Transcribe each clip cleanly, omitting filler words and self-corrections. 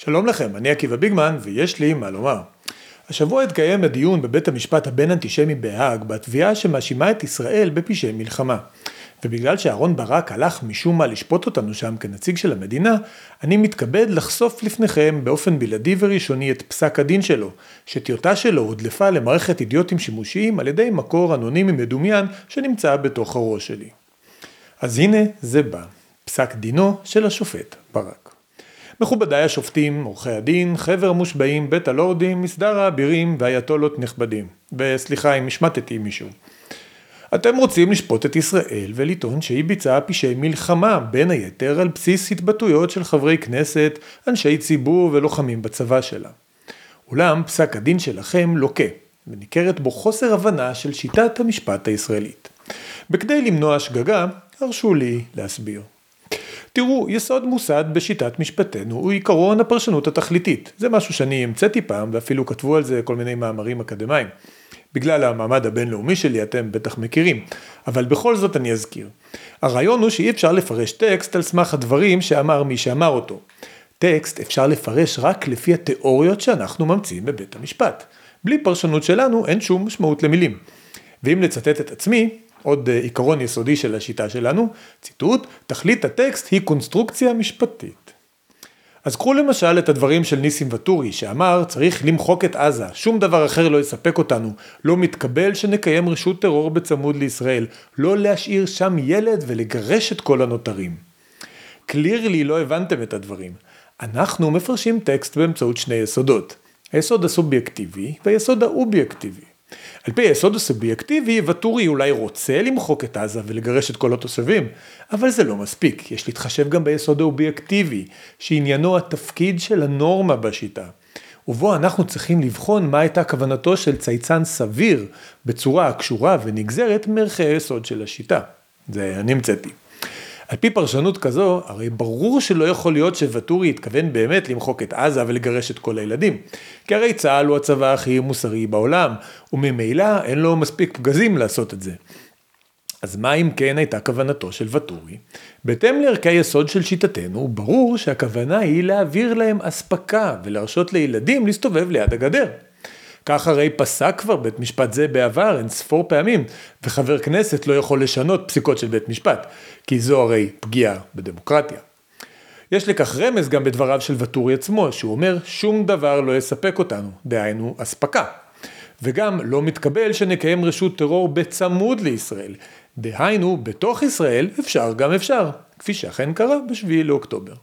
שלום לכם, אני עקיבא ביגמן ויש לי מה לומר. השבוע התקיים הדיון בבית המשפט הבין-אנטישמי בהאג בתביעה שמאשימה את ישראל בפשעי מלחמה. ובגלל שאהרון ברק הלך משום מה לשפוט אותנו שם כנציג של המדינה, אני מתכבד לחשוף לפניכם באופן בלעדי וראשוני את פסק הדין שלו, שטיוטה שלו הודלפה למערכת אידיוטים שימושיים על ידי מקור אנונימי מדומיין שנמצא בתוך הראש שלי. אז הנה זה בא, פסק דינו של השופט ברק. מכובדיי השופטים, עורכי הדין, חבר המושבעים, בית הלורדים, מסדר האבירים והאייתולות נכבדים. וסליחה אם השמטתי מישהו. אתם רוצים לשפוט את ישראל ולטעון שהיא ביצעה פשעי מלחמה, בין היתר על בסיס התבטאויות של חברי כנסת, אנשי ציבור ולוחמים בצבא שלה. אולם פסק הדין שלכם לוקה, וניכרת בו חוסר הבנה של שיטת המשפט הישראלית. בכדי למנוע שגגה, הרשו לי להסביר. תראו, יסוד מוסד בשיטת משפטנו הוא עיקרון הפרשנות התכליתית. זה משהו שאני המצאתי פעם ואפילו כתבו על זה כל מיני מאמרים אקדמיים. בגלל המעמד הבינלאומי שלי אתם בטח מכירים, אבל בכל זאת אני אזכיר. הרעיון הוא שאי אפשר לפרש טקסט על סמך הדברים שאמר מי שאמר אותו. טקסט אפשר לפרש רק לפי התיאוריות שאנחנו ממציאים בבית המשפט. בלי פרשנות שלנו אין שום משמעות למילים. ואם לצטט את עצמי, עוד עיקרון יסודי של השיטה שלנו, ציטוט, תכלית הטקסט היא קונסטרוקציה משפטית. אז קחו למשל את הדברים של ניסים ואטורי, שאמר צריך למחוק את עזה, שום דבר אחר לא יספק אותנו, לא מתקבל שנקיים רשות טרור בצמוד לישראל, לא להשאיר שם ילד ולגרש את כל הנותרים. קלירלי לא הבנתם את הדברים. אנחנו מפרשים טקסט באמצעות שני יסודות, היסוד הסובייקטיבי והיסוד האובייקטיבי. על פי היסוד הסובייקטיבי, ואטורי אולי רוצה למחוק את עזה ולגרש את כל התושבים, אבל זה לא מספיק. יש להתחשב גם ביסוד האובייקטיבי, שעניינו התפקיד של הנורמה בשיטה. ובו אנחנו צריכים לבחון מה הייתה כוונתו של צייצן סביר, בצורה הקשורה ונגזרת מערכי היסוד של השיטה. זה אני המצאתי. על פי פרשנות כזו, הרי ברור שלא יכול להיות שוואטורי התכוון באמת למחוק את עזה ולגרש את כל הילדים. כי הרי צה"ל הוא הצבא הכי מוסרי בעולם, וממילא אין לו מספיק פגזים לעשות את זה. אז מה אם כן הייתה כוונתו של ואטורי? בהתאם לערכי היסוד של שיטתנו, ברור שהכוונה היא להעביר להם אספקה ולהרשות לילדים להסתובב ליד הגדר. כך הרי פסק כבר בית משפט זה בעבר אין ספור פעמים, וחבר כנסת לא יכול לשנות פסיקות של בית משפט, כי זו הרי פגיעה בדמוקרטיה. יש לכך רמז גם בדבריו של ואטורי עצמו, שהוא אומר שום דבר לא יספק אותנו, דהיינו אספקה. וגם לא מתקבל שנקיים רשות טרור בצמוד לישראל, דהיינו בתוך ישראל אפשר גם אפשר, כפי שאכן קרה ב7 לאוקטובר.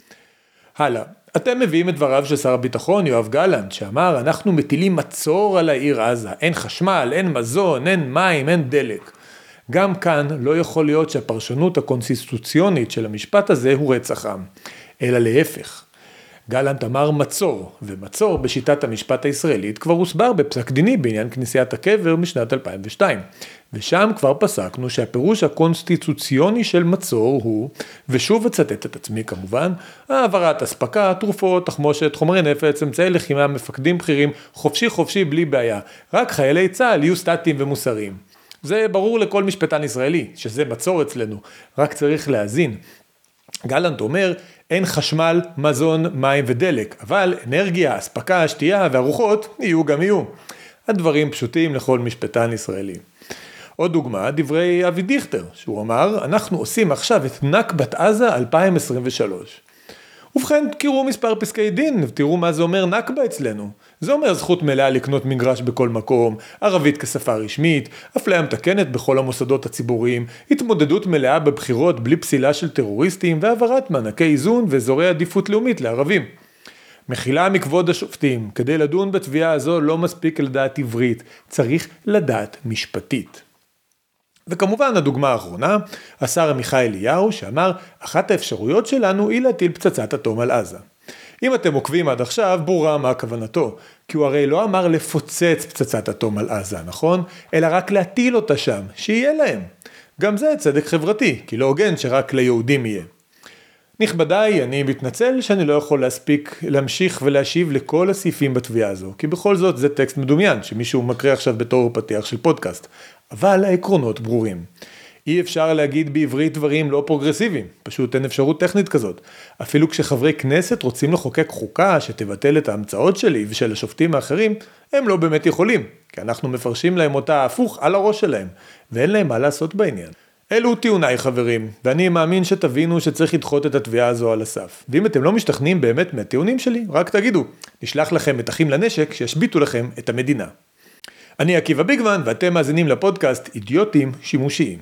הלאה. אתם מביאים את דבריו של שר הביטחון יואב גלנט, שאמר, אנחנו מטילים מצור על העיר עזה, אין חשמל, אין מזון, אין מים, אין דלק. גם כאן לא יכול להיות שהפרשנות הקונסטיטוציונית של המשפט הזה הוא רצח עם, אלא להפך. גלנט אמר מצור, ומצור בשיטת המשפט הישראלית כבר הוסבר בפסק דיני בעניין כנסיית הקבר משנת 2002. ושם כבר פסקנו שהפירוש הקונסטיטוציוני של מצור הוא, ושוב אצטט את עצמי כמובן, העברת אספקה, תרופות, תחמושת, חומרי נפץ, אמצעי לחימה, מפקדים בכירים, חופשי בלי בעיה. רק חיילי צה"ל יהיו סטטיים ומוסריים. זה ברור לכל משפטן ישראלי, שזה מצור אצלנו, רק צריך להאזין. גלנט אומר, אין חשמל, מזון, מים ודלק, אבל אנרגיה, אספקה, שתייה וארוחות יהיו גם יהיו. הדברים פשוטים לכל משפטן ישראלי. עוד דוגמה, דברי אבי דיכטר, שהוא אמר, אנחנו עושים עכשיו את נכבת עזה 2023. ובכן, תראו מספר פסקי דין, ותראו מה זה אומר נכבה אצלנו. זה אומר זכות מלאה לקנות מגרש בכל מקום, ערבית כשפה רשמית, אפליה מתקנת בכל המוסדות הציבוריים, התמודדות מלאה בבחירות בלי פסילה של טרוריסטים, והעברת מענקי איזון ואזורי עדיפות לאומית לערבים. מחילה מכבוד השופטים, כדי לדון בתביעה הזו לא מספיק לדעת עברית, צריך לדעת משפטית. וכמובן הדוגמה האחרונה, השר עמיחי אליהו שאמר, אחת האפשרויות שלנו היא להטיל פצצת אטום על עזה. אם אתם עוקבים עד עכשיו, ברורה מה כוונתו, כי הוא הרי לא אמר לפוצץ פצצת אטום על עזה, נכון? אלא רק להטיל אותה שם, שיהיה להם. גם זה צדק חברתי, כי לא הוגן שרק ליהודים יהיה. נכבדיי, אני מתנצל שאני לא יכול להמשיך ולהשיב לכל הסעיפים בתביעה הזו, כי בכל זאת זה טקסט מדומיין, שמישהו מקריא עכשיו בתור פתיח של פודקאסט, אבל העקרונות ברורים. אי אפשר להגיד בעברית דברים לא פרוגרסיביים, פשוט אין אפשרות טכנית כזאת. אפילו כשחברי כנסת רוצים לחוקק חוקה שתבטל את ההמצאות שלי ושל השופטים האחרים, הם לא באמת יכולים, כי אנחנו מפרשים להם אותה הפוך על הראש שלהם, ואין להם מה לעשות בעניין. אלו טיעוניי חברים, ואני מאמין שתבינו שצריך לדחות את התביעה הזו על הסף. ואם אתם לא משתכנעים באמת מהטיעונים שלי, רק תגידו, נשלח לכם את אחים לנשק שישביתו לכם את המדינה. אני עקיבא ביגמן ואתם מאזינים לפודקאסט אידיוטים שימושיים.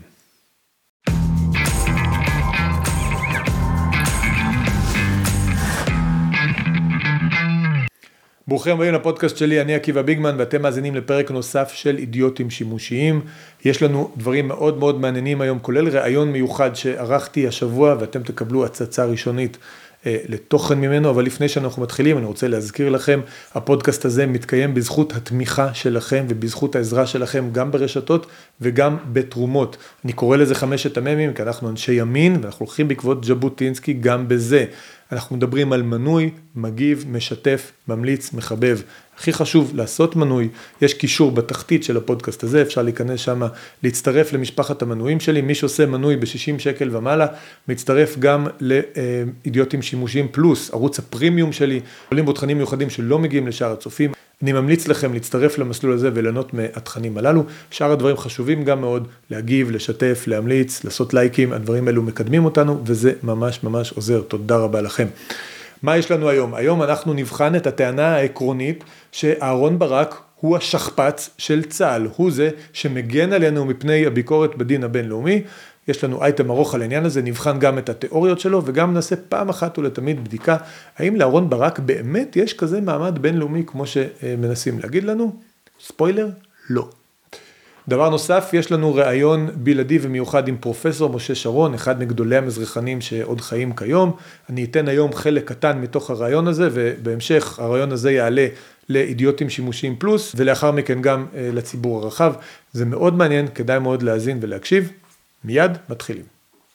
ברוכים הבאים לפודקאסט שלי, אני עקיבא ביגמן ואתם מאזינים לפרק נוסף של אידיוטים שימושיים. יש לנו דברים מאוד מאוד מעניינים היום, כולל ראיון מיוחד שערכתי השבוע ואתם תקבלו הצצה ראשונית לתוכן ממנו, אבל לפני שאנחנו מתחילים אני רוצה להזכיר לכם, הפודקאסט הזה מתקיים בזכות התמיכה שלכם ובזכות העזרה שלכם גם ברשתות וגם בתרומות. אני קורא לזה 5 המ"מים כי אנחנו אנשי ימין ואנחנו הולכים בעקבות ז'בוטינסקי גם בזה. אנחנו מדברים על מנוי, מגיב, משתף, ממליץ, מחבב. הכי חשוב לעשות מנוי, יש קישור בתחתית של הפודקאסט הזה, אפשר להיכנס שם, להצטרף למשפחת המנויים שלי, מי שעושה מנוי ב-60 שקל ומעלה, מצטרף גם לאידיוטים שימושיים פלוס, ערוץ הפרימיום שלי, עולים בו תכנים מיוחדים שלא מגיעים לשאר הצופים. אני ממליץ לכם להצטרף למסלול הזה וליהנות מהתכנים הללו. שאר הדברים חשובים גם מאוד, להגיב, לשתף, להמליץ, לעשות לייקים, הדברים האלו מקדמים אותנו, וזה ממש ממש עוזר. תודה רבה לכם. מה יש לנו היום? היום אנחנו נבחן את הטענה העקרונית שאהרון ברק הוא השכפ"ץ של צה"ל, הוא זה שמגן עלינו מפני הביקורת בדין הבינלאומי. יש לנו אייטם ארוך על העניין הזה, נבחן גם את התיאוריות שלו וגם נעשה פעם אחת ולתמיד בדיקה, האם לאהרון ברק באמת יש כזה מעמד בינלאומי כמו שמנסים להגיד לנו? ספוילר, לא. דבר נוסף, יש לנו ראיון בלעדי ומיוחד עם פרופסור משה שרון, אחד מגדולי המזרחנים שעוד חיים כיום. אני אתן היום חלק קטן מתוך הראיון הזה, ובהמשך הראיון הזה יעלה לאידיוטים שימושיים פלוס, ולאחר מכן גם לציבור הרחב. זה מאוד מעניין, כדאי מאוד להאזין ולהקשיב. מיד מתחילים.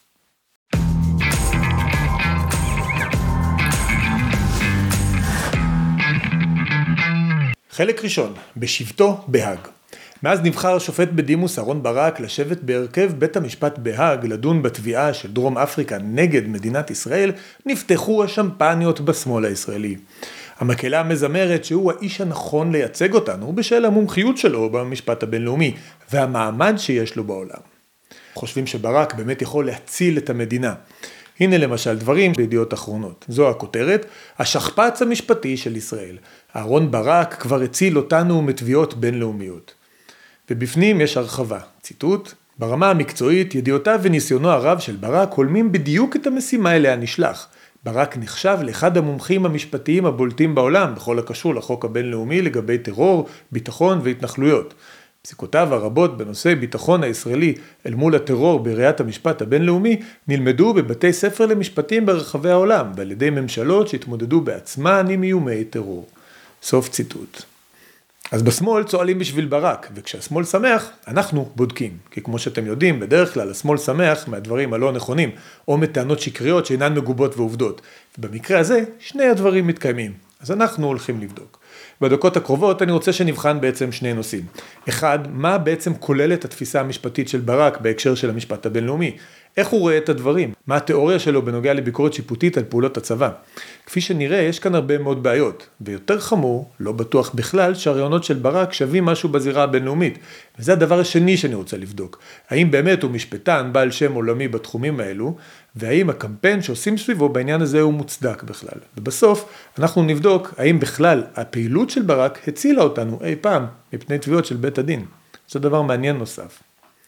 חלק ראשון, בשבתו בהאג. מאז נבחר השופט בדימוס אהרון ברק לשבת בהרכב בית המשפט בהאג לדון בתביעה של דרום אפריקה נגד מדינת ישראל, נפתחו השמפניות בשמאל הישראלי. המקהלה מזמרת שהוא האיש הנכון לייצג אותנו בשל המומחיות שלו במשפט הבינלאומי והמעמד שיש לו בעולם. חושבים שברק באמת יכול להציל את המדינה. הנה למשל דברים בידיעות אחרונות. זו הכותרת, השכפ"ץ המשפטי של ישראל. אהרון ברק כבר הציל אותנו מתביעות בינלאומיות. ובפנים יש הרחבה. ציטוט, ברמה המקצועית, ידיעותיו וניסיונו הרב של ברק הולמים בדיוק את המשימה אליה נשלח. ברק נחשב לאחד המומחים המשפטיים הבולטים בעולם, בכל הקשור לחוק הבינלאומי לגבי טרור, ביטחון והתנחלויות. פסיקותיו הרבות בנושא ביטחון הישראלי אל מול הטרור בראיית המשפט הבינלאומי נלמדו בבתי ספר למשפטים ברחבי העולם ועל ידי ממשלות שהתמודדו בעצמן עם איומי טרור. סוף ציטוט. אז בשמאל צועלים בשביל ברק, וכשהשמאל שמח, אנחנו בודקים. כי כמו שאתם יודעים, בדרך כלל השמאל שמח מהדברים הלא נכונים, או מטענות שקריות שאינן מגובות ועובדות. ובמקרה הזה, שני הדברים מתקיימים. אז אנחנו הולכים לבדוק. בדקות הקרובות אני רוצה שנבחן בעצם שני נושאים. אחד, מה בעצם כוללת התפיסה המשפטית של ברק בהקשר של המשפט הבינלאומי? איך הוא רואה את הדברים? מה התיאוריה שלו בנוגע לביקורת שיפוטית על פעולות הצבא? כפי שנראה, יש כאן הרבה מאוד בעיות, ויותר חמור, לא בטוח בכלל, שהרעיונות של ברק שווים משהו בזירה הבינלאומית. וזה הדבר השני שאני רוצה לבדוק. האם באמת הוא משפטן, בעל שם עולמי בתחומים האלו, והאם הקמפיין שעושים סביבו בעניין הזה הוא מוצדק בכלל. ובסוף, אנחנו נבדוק האם בכלל הפעילות של ברק הצילה אותנו אי פעם מפני תביעות של בית הדין. זה דבר מעניין נוסף.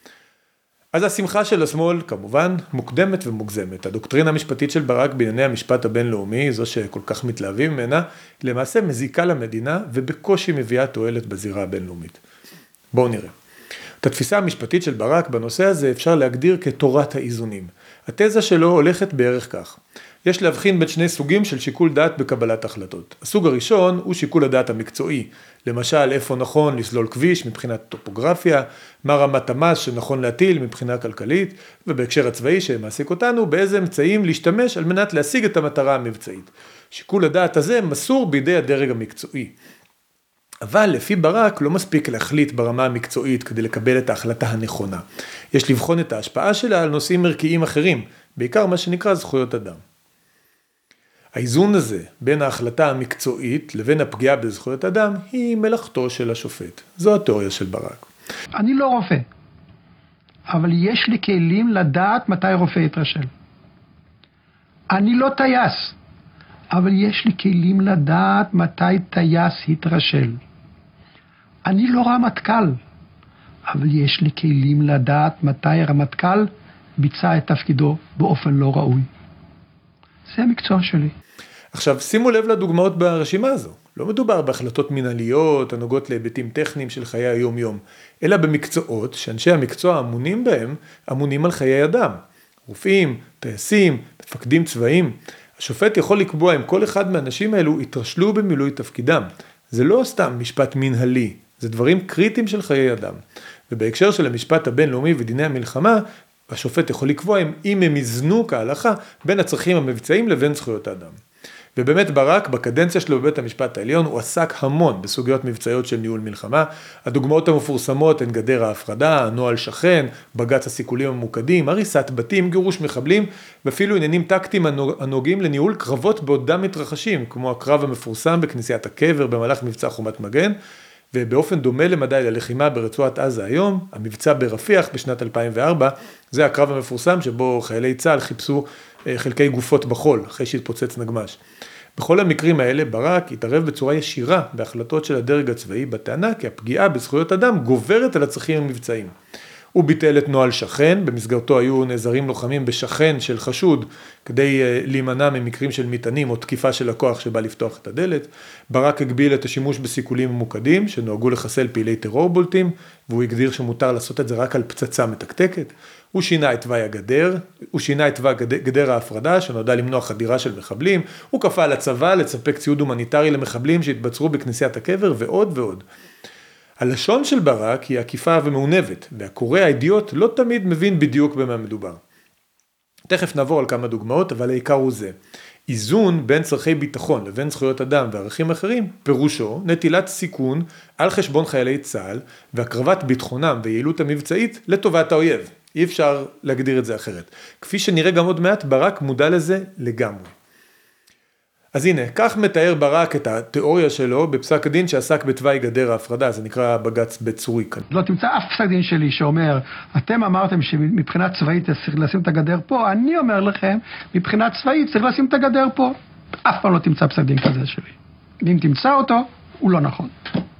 אז השמחה של השמאל, כמובן, מוקדמת ומוגזמת. הדוקטרינה המשפטית של ברק בענייני המשפט הבינלאומי, זו שכל כך מתלהבים ממנה, למעשה מזיקה למדינה ובקושי מביאה תועלת בזירה הבינלאומית. בואו נראה. את התפיסה המשפטית של ברק בנושא הזה אפשר להגדיר כתורת האיזונים. התזה שלו הולכת בערך כך. יש להבחין בין שני סוגים של שיקול דעת בקבלת החלטות. הסוג הראשון הוא שיקול הדעת המקצועי. למשל, איפה נכון לסלול כביש מבחינת טופוגרפיה, מה רמת המס שנכון להטיל מבחינה כלכלית, ובהקשר הצבאי שמעסיק אותנו, באיזה אמצעים להשתמש על מנת להשיג את המטרה המבצעית. שיקול הדעת הזה מסור בידי הדרג המקצועי. אבל לפי ברק לא מספיק להחליט ברמה המקצועית כדי לקבל את ההחלטה הנכונה. יש לבחון את ההשפעה שלה על נושאים ערכיים אחרים, בעיקר מה שנקרא זכויות אדם. האיזון הזה בין ההחלטה המקצועית לבין הפגיעה בזכויות אדם היא מלאכתו של השופט. זו התיאוריה של ברק. אני לא רופא, אבל יש לי כלים לדעת מתי רופא יתרשל. אני לא טייס, אבל יש לי כלים לדעת מתי טייס יתרשל. אני לא רמטכ"ל, אבל יש לי כלים לדעת מתי רמטכ"ל ביצע את תפקידו באופן לא ראוי. זה המקצוע שלי. עכשיו, שימו לב לדוגמאות ברשימה הזו. לא מדובר בהחלטות מנהליות הנוגעות להיבטים טכניים של חיי היום-יום, אלא במקצועות שאנשי המקצוע אמונים בהם, אמונים על חיי אדם. רופאים, טייסים, מפקדים צבאיים. השופט יכול לקבוע אם כל אחד מהאנשים האלו יתרשלו במילוי תפקידם. זה לא סתם משפט מנהלי, זה דברים קריטיים של חיי אדם. ובהקשר של המשפט הבינלאומי ודיני המלחמה, השופט יכול לקבוע אם הם יזנו כהלכה בין הצרכים המבצעיים לבין זכויות האדם. ובאמת ברק, בקדנציה שלו בבית המשפט העליון, הוא עסק המון בסוגיות מבצעיות של ניהול מלחמה. הדוגמאות המפורסמות הן גדר ההפרדה, נוהל שכן, בג"ץ הסיכולים הממוקדים, הריסת בתים, גירוש מחבלים, ואפילו עניינים טקטיים הנוגעים לניהול קרבות בעודם מתרחשים, כמו הקרב המפורסם בכנסיית הקבר במהלך מבצע חומת מגן, ובאופן דומה למדי ללחימה ברצועת עזה היום, המבצע ברפיח בשנת 2004, זה הקרב המפורסם שבו חיילי צה"ל חיפשו חלקי גופות בחול, אחרי שהתפוצץ נגמש. בכל המקרים האלה, ברק התערב בצורה ישירה בהחלטות של הדרג הצבאי, בטענה כי הפגיעה בזכויות אדם גוברת על הצרכים המבצעיים. הוא ביטל את נוהל שכן, במסגרתו היו נעזרים לוחמים בשכן של חשוד, כדי להימנע ממקרים של מטענים או תקיפה של לקוח שבא לפתוח את הדלת. ברק הגביל את השימוש בסיכולים ממוקדים, שנוהגו לחסל פעילי טרור בולטים, והוא הגדיר שמותר לעשות את זה רק על פצצה מתקתקת. הוא שינה את תוואי הגדר, הוא שינה את תוואי גדר ההפרדה, שנועדה למנוע חדירה של מחבלים, הוא כפה על הצבא לספק ציוד הומניטרי למחבלים שהתבצרו בכנסיית הקבר, ועוד ועוד. הלשון של ברק היא עקיפה ומעונבת, והקורא האידיוט לא תמיד מבין בדיוק במה מדובר. תכף נעבור על כמה דוגמאות, אבל העיקר הוא זה. איזון בין צרכי ביטחון לבין זכויות אדם וערכים אחרים, פירושו נטילת סיכון על חשבון חיילי צה"ל, והקרבת ביטחונם ויעילות המבצעית לטובת האויב. אי אפשר להגדיר את זה אחרת. כפי שנראה גם עוד מעט, ברק מודע לזה לגמרי. אז הנה, כך מתאר ברק את התיאוריה שלו בפסק הדין שעסק בתוואי גדר ההפרדה, זה נקרא בג"ץ בצוריק. לא תמצא אף פסק דין שלי שאומר, אתם אמרתם שמבחינה צבאית צריך לשים את הגדר פה, אני אומר לכם, מבחינה צבאית צריך לשים את הגדר פה. אף פעם לא תמצא פסק דין כזה שלי. ואם תמצא אותו, הוא לא נכון.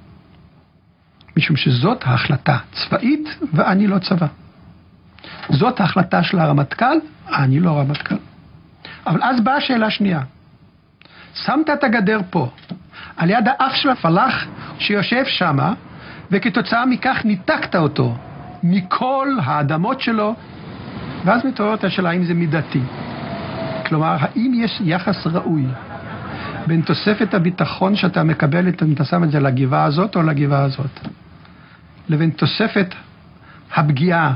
משום שזאת ההחלטה צבאית ואני לא צבא. זאת ההחלטה של הרמטכ"ל, אני לא רמטכ"ל. אבל אז באה השאלה שנייה. שמת את הגדר פה, על יד האף של הפלח שיושב שמה, וכתוצאה מכך ניתקת אותו מכל האדמות שלו, ואז מתעוררת השאלה האם זה מידתי. כלומר, האם יש יחס ראוי בין תוספת הביטחון שאתה מקבל, אם אתה שם את זה לגבעה הזאת או לגבעה הזאת, לבין תוספת הפגיעה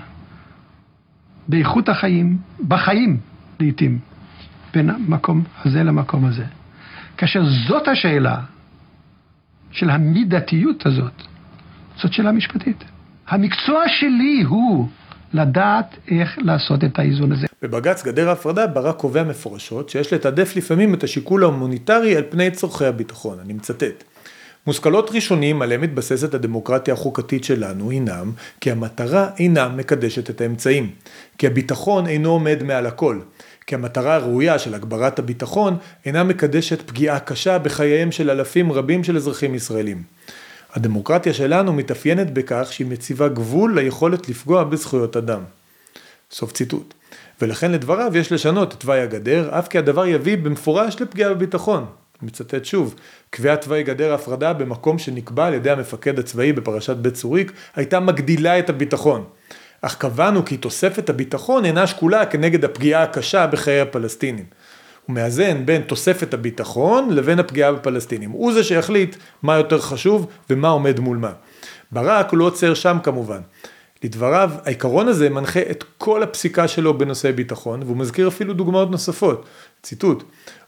באיכות החיים, בחיים לעתים, בין המקום הזה למקום הזה. כאשר זאת השאלה של המידתיות הזאת, זאת שאלה משפטית. המקצוע שלי הוא לדעת איך לעשות את האיזון הזה. בבג"ץ גדר ההפרדה ברק קובע מפורשות שיש לתעדף לפעמים את השיקול ההומניטרי על פני צורכי הביטחון. אני מצטט. מושכלות ראשונים עליהם מתבססת הדמוקרטיה החוקתית שלנו הינם כי המטרה אינה מקדשת את האמצעים, כי הביטחון אינו עומד מעל הכל, כי המטרה הראויה של הגברת הביטחון אינה מקדשת פגיעה קשה בחייהם של אלפים רבים של אזרחים ישראלים. הדמוקרטיה שלנו מתאפיינת בכך שהיא מציבה גבול ליכולת לפגוע בזכויות אדם. סוף ציטוט. ולכן לדבריו יש לשנות את תוואי הגדר, אף כי הדבר יביא במפורש לפגיעה בביטחון. מצטט שוב, קביעת תוואי גדר ההפרדה במקום שנקבע על ידי המפקד הצבאי בפרשת בית צוריק, הייתה מגדילה את הביטחון. אך קבענו כי תוספת הביטחון אינה שקולה כנגד הפגיעה הקשה בחיי הפלסטינים. הוא מאזן בין תוספת הביטחון לבין הפגיעה בפלסטינים. הוא זה שיחליט מה יותר חשוב ומה עומד מול מה. ברק הוא לא עוצר שם כמובן. לדבריו, העיקרון הזה מנחה את כל הפסיקה שלו בנושא ביטחון, והוא מזכיר אפילו דוגמאות נוספות. ציטוט,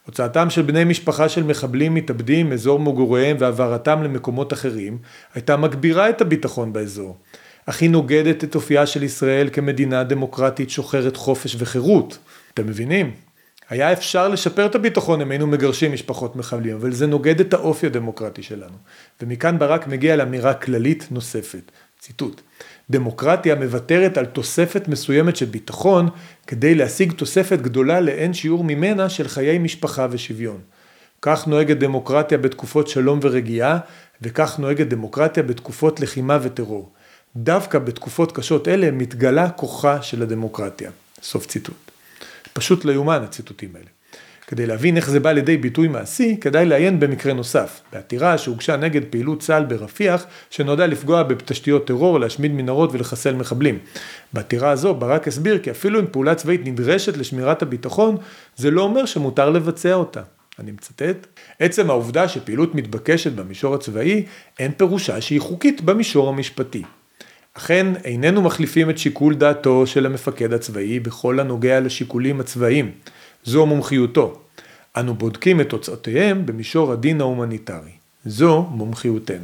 הוצאתם של בני משפחה של מחבלים מתאבדים מאזור מגוריהם והעברתם למקומות אחרים, הייתה מגבירה את הביטחון באזור, אך היא נוגדת את אופייה של ישראל כמדינה דמוקרטית שוחרת חופש וחירות. אתם מבינים? היה אפשר לשפר את הביטחון אם היינו מגרשים משפחות מחבלים, אבל זה נוגד את האופי הדמוקרטי שלנו. ומכאן ברק מגיע לאמירה כללית נוספת. ציטוט: דמוקרטיה מוותרת על תוספת מסוימת של ביטחון, כדי להשיג תוספת גדולה לאין שיעור ממנה של חיי משפחה ושוויון. כך נוהגת דמוקרטיה בתקופות שלום ורגיעה, וכך נוהגת דמוקרטיה בתקופות לחימה וטרור. דווקא בתקופות קשות אלה מתגלה כוחה של הדמוקרטיה. סוף ציטוט. פשוט לא יאומן הציטוטים האלה. כדי להבין איך זה בא לידי ביטוי מעשי, כדאי לעיין במקרה נוסף, בעתירה שהוגשה נגד פעילות צה"ל ברפיח, שנועדה לפגוע בתשתיות טרור, להשמיד מנהרות ולחסל מחבלים. בעתירה הזו ברק הסביר כי אפילו אם פעולה צבאית נדרשת לשמירת הביטחון, זה לא אומר שמותר לבצע אותה. אני מצטט: עצם העובדה שפעילות מתבקשת במישור הצבאי, אין פירושה שהיא חוקית במישור המשפטי. אכן, איננו מחליפים את שיקול דעתו של המפקד הצבאי בכל הנוגע לשיקולים הצבאיים. זו מומחיותו. אנו בודקים את תוצאותיהם במישור הדין ההומניטרי. זו מומחיותנו.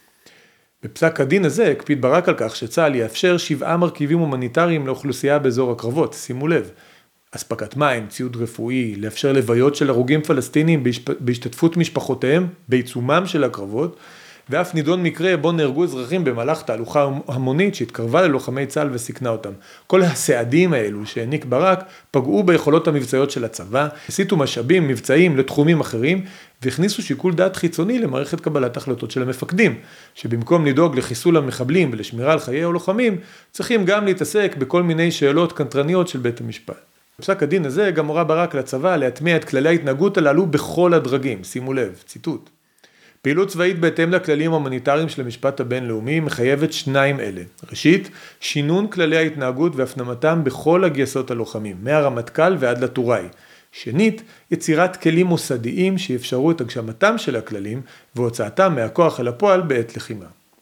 בפסק הדין הזה הקפיד ברק על כך שצה"ל יאפשר 7 מרכיבים הומניטריים לאוכלוסייה באזור הקרבות. שימו לב, אספקת מים, ציוד רפואי, לאפשר לוויות של הרוגים פלסטינים בהשתתפות משפחותיהם בעיצומם של הקרבות, ואף נידון מקרה בו נהרגו אזרחים במהלך תהלוכה המונית שהתקרבה ללוחמי צה"ל וסיכנה אותם. כל הסעדים האלו שהעניק ברק פגעו ביכולות המבצעיות של הצבא, הסיטו משאבים מבצעיים לתחומים אחרים, והכניסו שיקול דעת חיצוני למערכת קבלת החלטות של המפקדים, שבמקום לדאוג לחיסול המחבלים ולשמירה על חיי הלוחמים, צריכים גם להתעסק בכל מיני שאלות קנטרניות של בית המשפט. בפסק הדין הזה גם הורה ברק לצבא להטמיע את כללי ההתנהגות הללו בכל הדרגים. שימו לב, ציטוט: פעילות צבאית בהתאם לכללים ההומניטריים של המשפט הבינלאומי מחייבת 2 אלה. ראשית, שינון כללי ההתנהגות והפנמתם בכל הגייסות הלוחמים, מהרמטכ"ל ועד לטוראי. שנית, יצירת כלים מוסדיים שיאפשרו את הגשמתם של הכללים והוצאתם מהכוח אל הפועל בעת לחימה.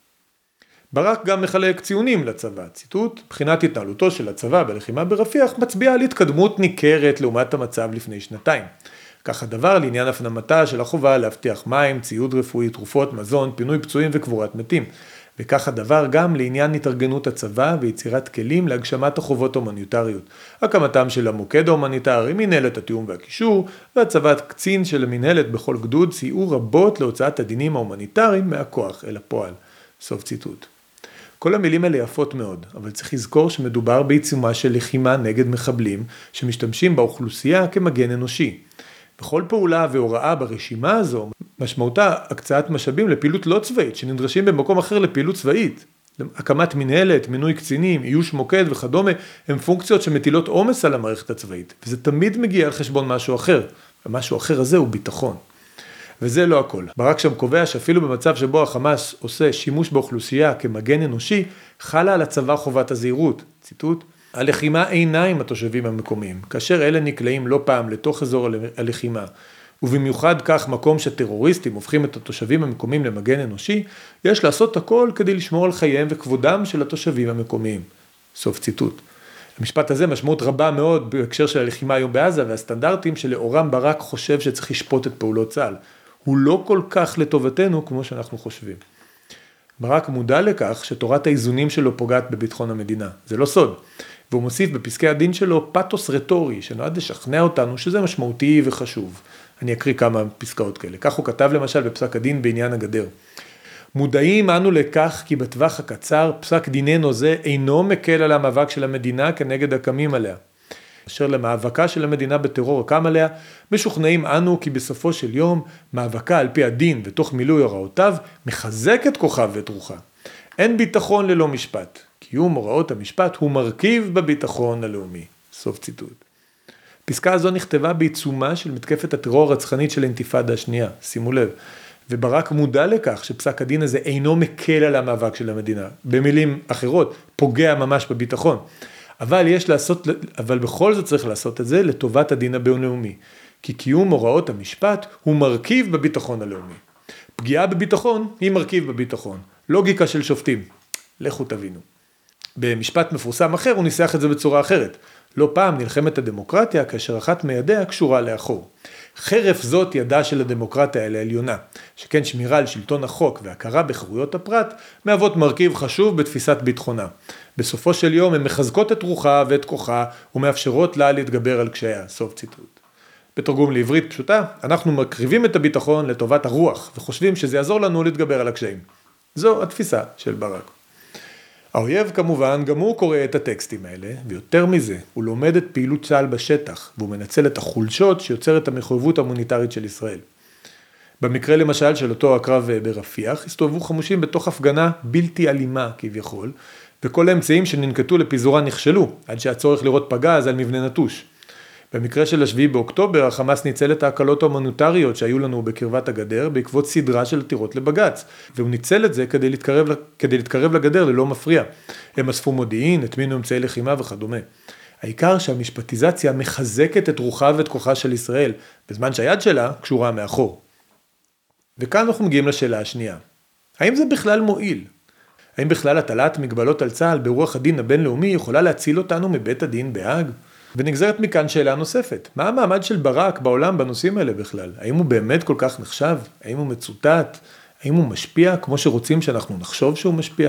ברק גם מחלק ציונים לצבא. ציטוט: בחינת התנהלותו של הצבא בלחימה ברפיח מצביעה על התקדמות ניכרת לעומת המצב לפני 2 כך הדבר לעניין הפנמתה של החובה להבטיח מים, ציוד רפואי, תרופות, מזון, פינוי פצועים וקבורת מתים. וכך הדבר גם לעניין התארגנות הצבא ויצירת כלים להגשמת החובות ההומניטריות. הקמתם של המוקד ההומניטרי, מנהלת התיאום והקישור, והצבת קצין של המנהלת בכל גדוד סייעו רבות להוצאת הדינים ההומניטריים מהכוח אל הפועל. סוף ציטוט. כל המילים האלה יפות מאוד, אבל צריך לזכור שמדובר בעיצומה של לחימה נגד מחבלים שמשתמשים באוכלוסייה כמגן אנושי. בכל פעולה והוראה ברשימה הזו, משמעותה הקצאת משאבים לפעילות לא צבאית, שנדרשים במקום אחר לפעילות צבאית. הקמת מנהלת, מינוי קצינים, איוש מוקד וכדומה, הם פונקציות שמטילות עומס על המערכת הצבאית, וזה תמיד מגיע על חשבון משהו אחר, ומשהו אחר הזה הוא ביטחון. וזה לא הכל. ברק שם קובע שאפילו במצב שבו החמאס עושה שימוש באוכלוסייה כמגן אנושי, חלה על הצבא חובת הזהירות. ציטוט: הלחימה אינה עם התושבים המקומיים, כאשר אלה נקלעים לא פעם לתוך אזור הלחימה, ובמיוחד כך מקום שטרוריסטים הופכים את התושבים המקומיים למגן אנושי, יש לעשות הכל כדי לשמור על חייהם וכבודם של התושבים המקומיים. סוף ציטוט. המשפט הזה משמעות רבה מאוד בהקשר של הלחימה היום בעזה, והסטנדרטים שלאורם ברק חושב שצריך לשפוט את פעולות צה"ל. הוא לא כל כך לטובתנו כמו שאנחנו חושבים. ברק מודע לכך שתורת האיזונים שלו פוגעת בביטחון המדינה. זה לא סוד. והוא מוסיף בפסקי הדין שלו פתוס רטורי, שנועד לשכנע אותנו שזה משמעותי וחשוב. אני אקריא כמה פסקאות כאלה. כך הוא כתב למשל בפסק הדין בעניין הגדר. מודעים אנו לכך כי בטווח הקצר פסק דיננו זה אינו מקל על המאבק של המדינה כנגד הקמים עליה. אשר למאבקה של המדינה בטרור הקם עליה, משוכנעים אנו כי בסופו של יום מאבקה על פי הדין ותוך מילוי הוראותיו מחזק את כוחה ואת רוחה. אין ביטחון ללא משפט. קיום הוראות המשפט הוא מרכיב בביטחון הלאומי. סוף ציטוט. פסקה הזו נכתבה בעיצומה של מתקפת הטרור הרצחנית של האינתיפאדה השנייה. שימו לב. וברק מודע לכך שפסק הדין הזה אינו מקל על המאבק של המדינה. במילים אחרות, פוגע ממש בביטחון. אבל בכל זאת צריך לעשות את זה לטובת הדין הבינלאומי. כי קיום הוראות המשפט הוא מרכיב בביטחון הלאומי. פגיעה בביטחון היא מרכיב בביטחון. לוגיקה של שופטים. לכו תבינו. במשפט מפורסם אחר הוא ניסח את זה בצורה אחרת. לא פעם נלחמת הדמוקרטיה כאשר אחת מידיה קשורה לאחור. חרף זאת ידה של הדמוקרטיה אל העליונה, שכן שמירה על שלטון החוק והכרה בחירויות הפרט מהוות מרכיב חשוב בתפיסת ביטחונה. בסופו של יום הן מחזקות את רוחה ואת כוחה ומאפשרות לה להתגבר על קשייה. סוף ציטוט. בתרגום לעברית פשוטה, אנחנו מקריבים את הביטחון לטובת הרוח וחושבים שזה יעזור לנו להתגבר על הקשיים. זו התפיסה של ברק. האויב כמובן גם הוא קורא את הטקסטים האלה, ויותר מזה, הוא לומד את פעילות צה"ל בשטח, והוא מנצל את החולשות שיוצרת המחויבות המוניטרית של ישראל. במקרה למשל של אותו הקרב ברפיח, הסתובבו חמושים בתוך הפגנה בלתי אלימה כביכול, וכל האמצעים שננקטו לפיזורה נכשלו, עד שהצורך לראות פגז על מבנה נטוש. במקרה של 7 באוקטובר, החמאס ניצל את ההקלות ההומניטריות שהיו לנו בקרבת הגדר, בעקבות סדרה של עתירות לבג"ץ, והוא ניצל את זה כדי להתקרב לגדר ללא מפריע. הם אספו מודיעין, הטמינו אמצעי לחימה וכדומה. העיקר שהמשפטיזציה מחזקת את רוחה ואת כוחה של ישראל, בזמן שהיד שלה קשורה מאחור. וכאן אנחנו מגיעים לשאלה השנייה. האם זה בכלל מועיל? האם בכלל הטלת מגבלות על צה"ל ברוח הדין הבינלאומי יכולה להציל אותנו מבית הדין בהאג? ונגזרת מכאן שאלה נוספת. מה המעמד של ברק בעולם בנושאים האלה בכלל? האם הוא באמת כל כך נחשב? האם הוא מצוטט? האם הוא משפיע כמו שרוצים שאנחנו נחשוב שהוא משפיע?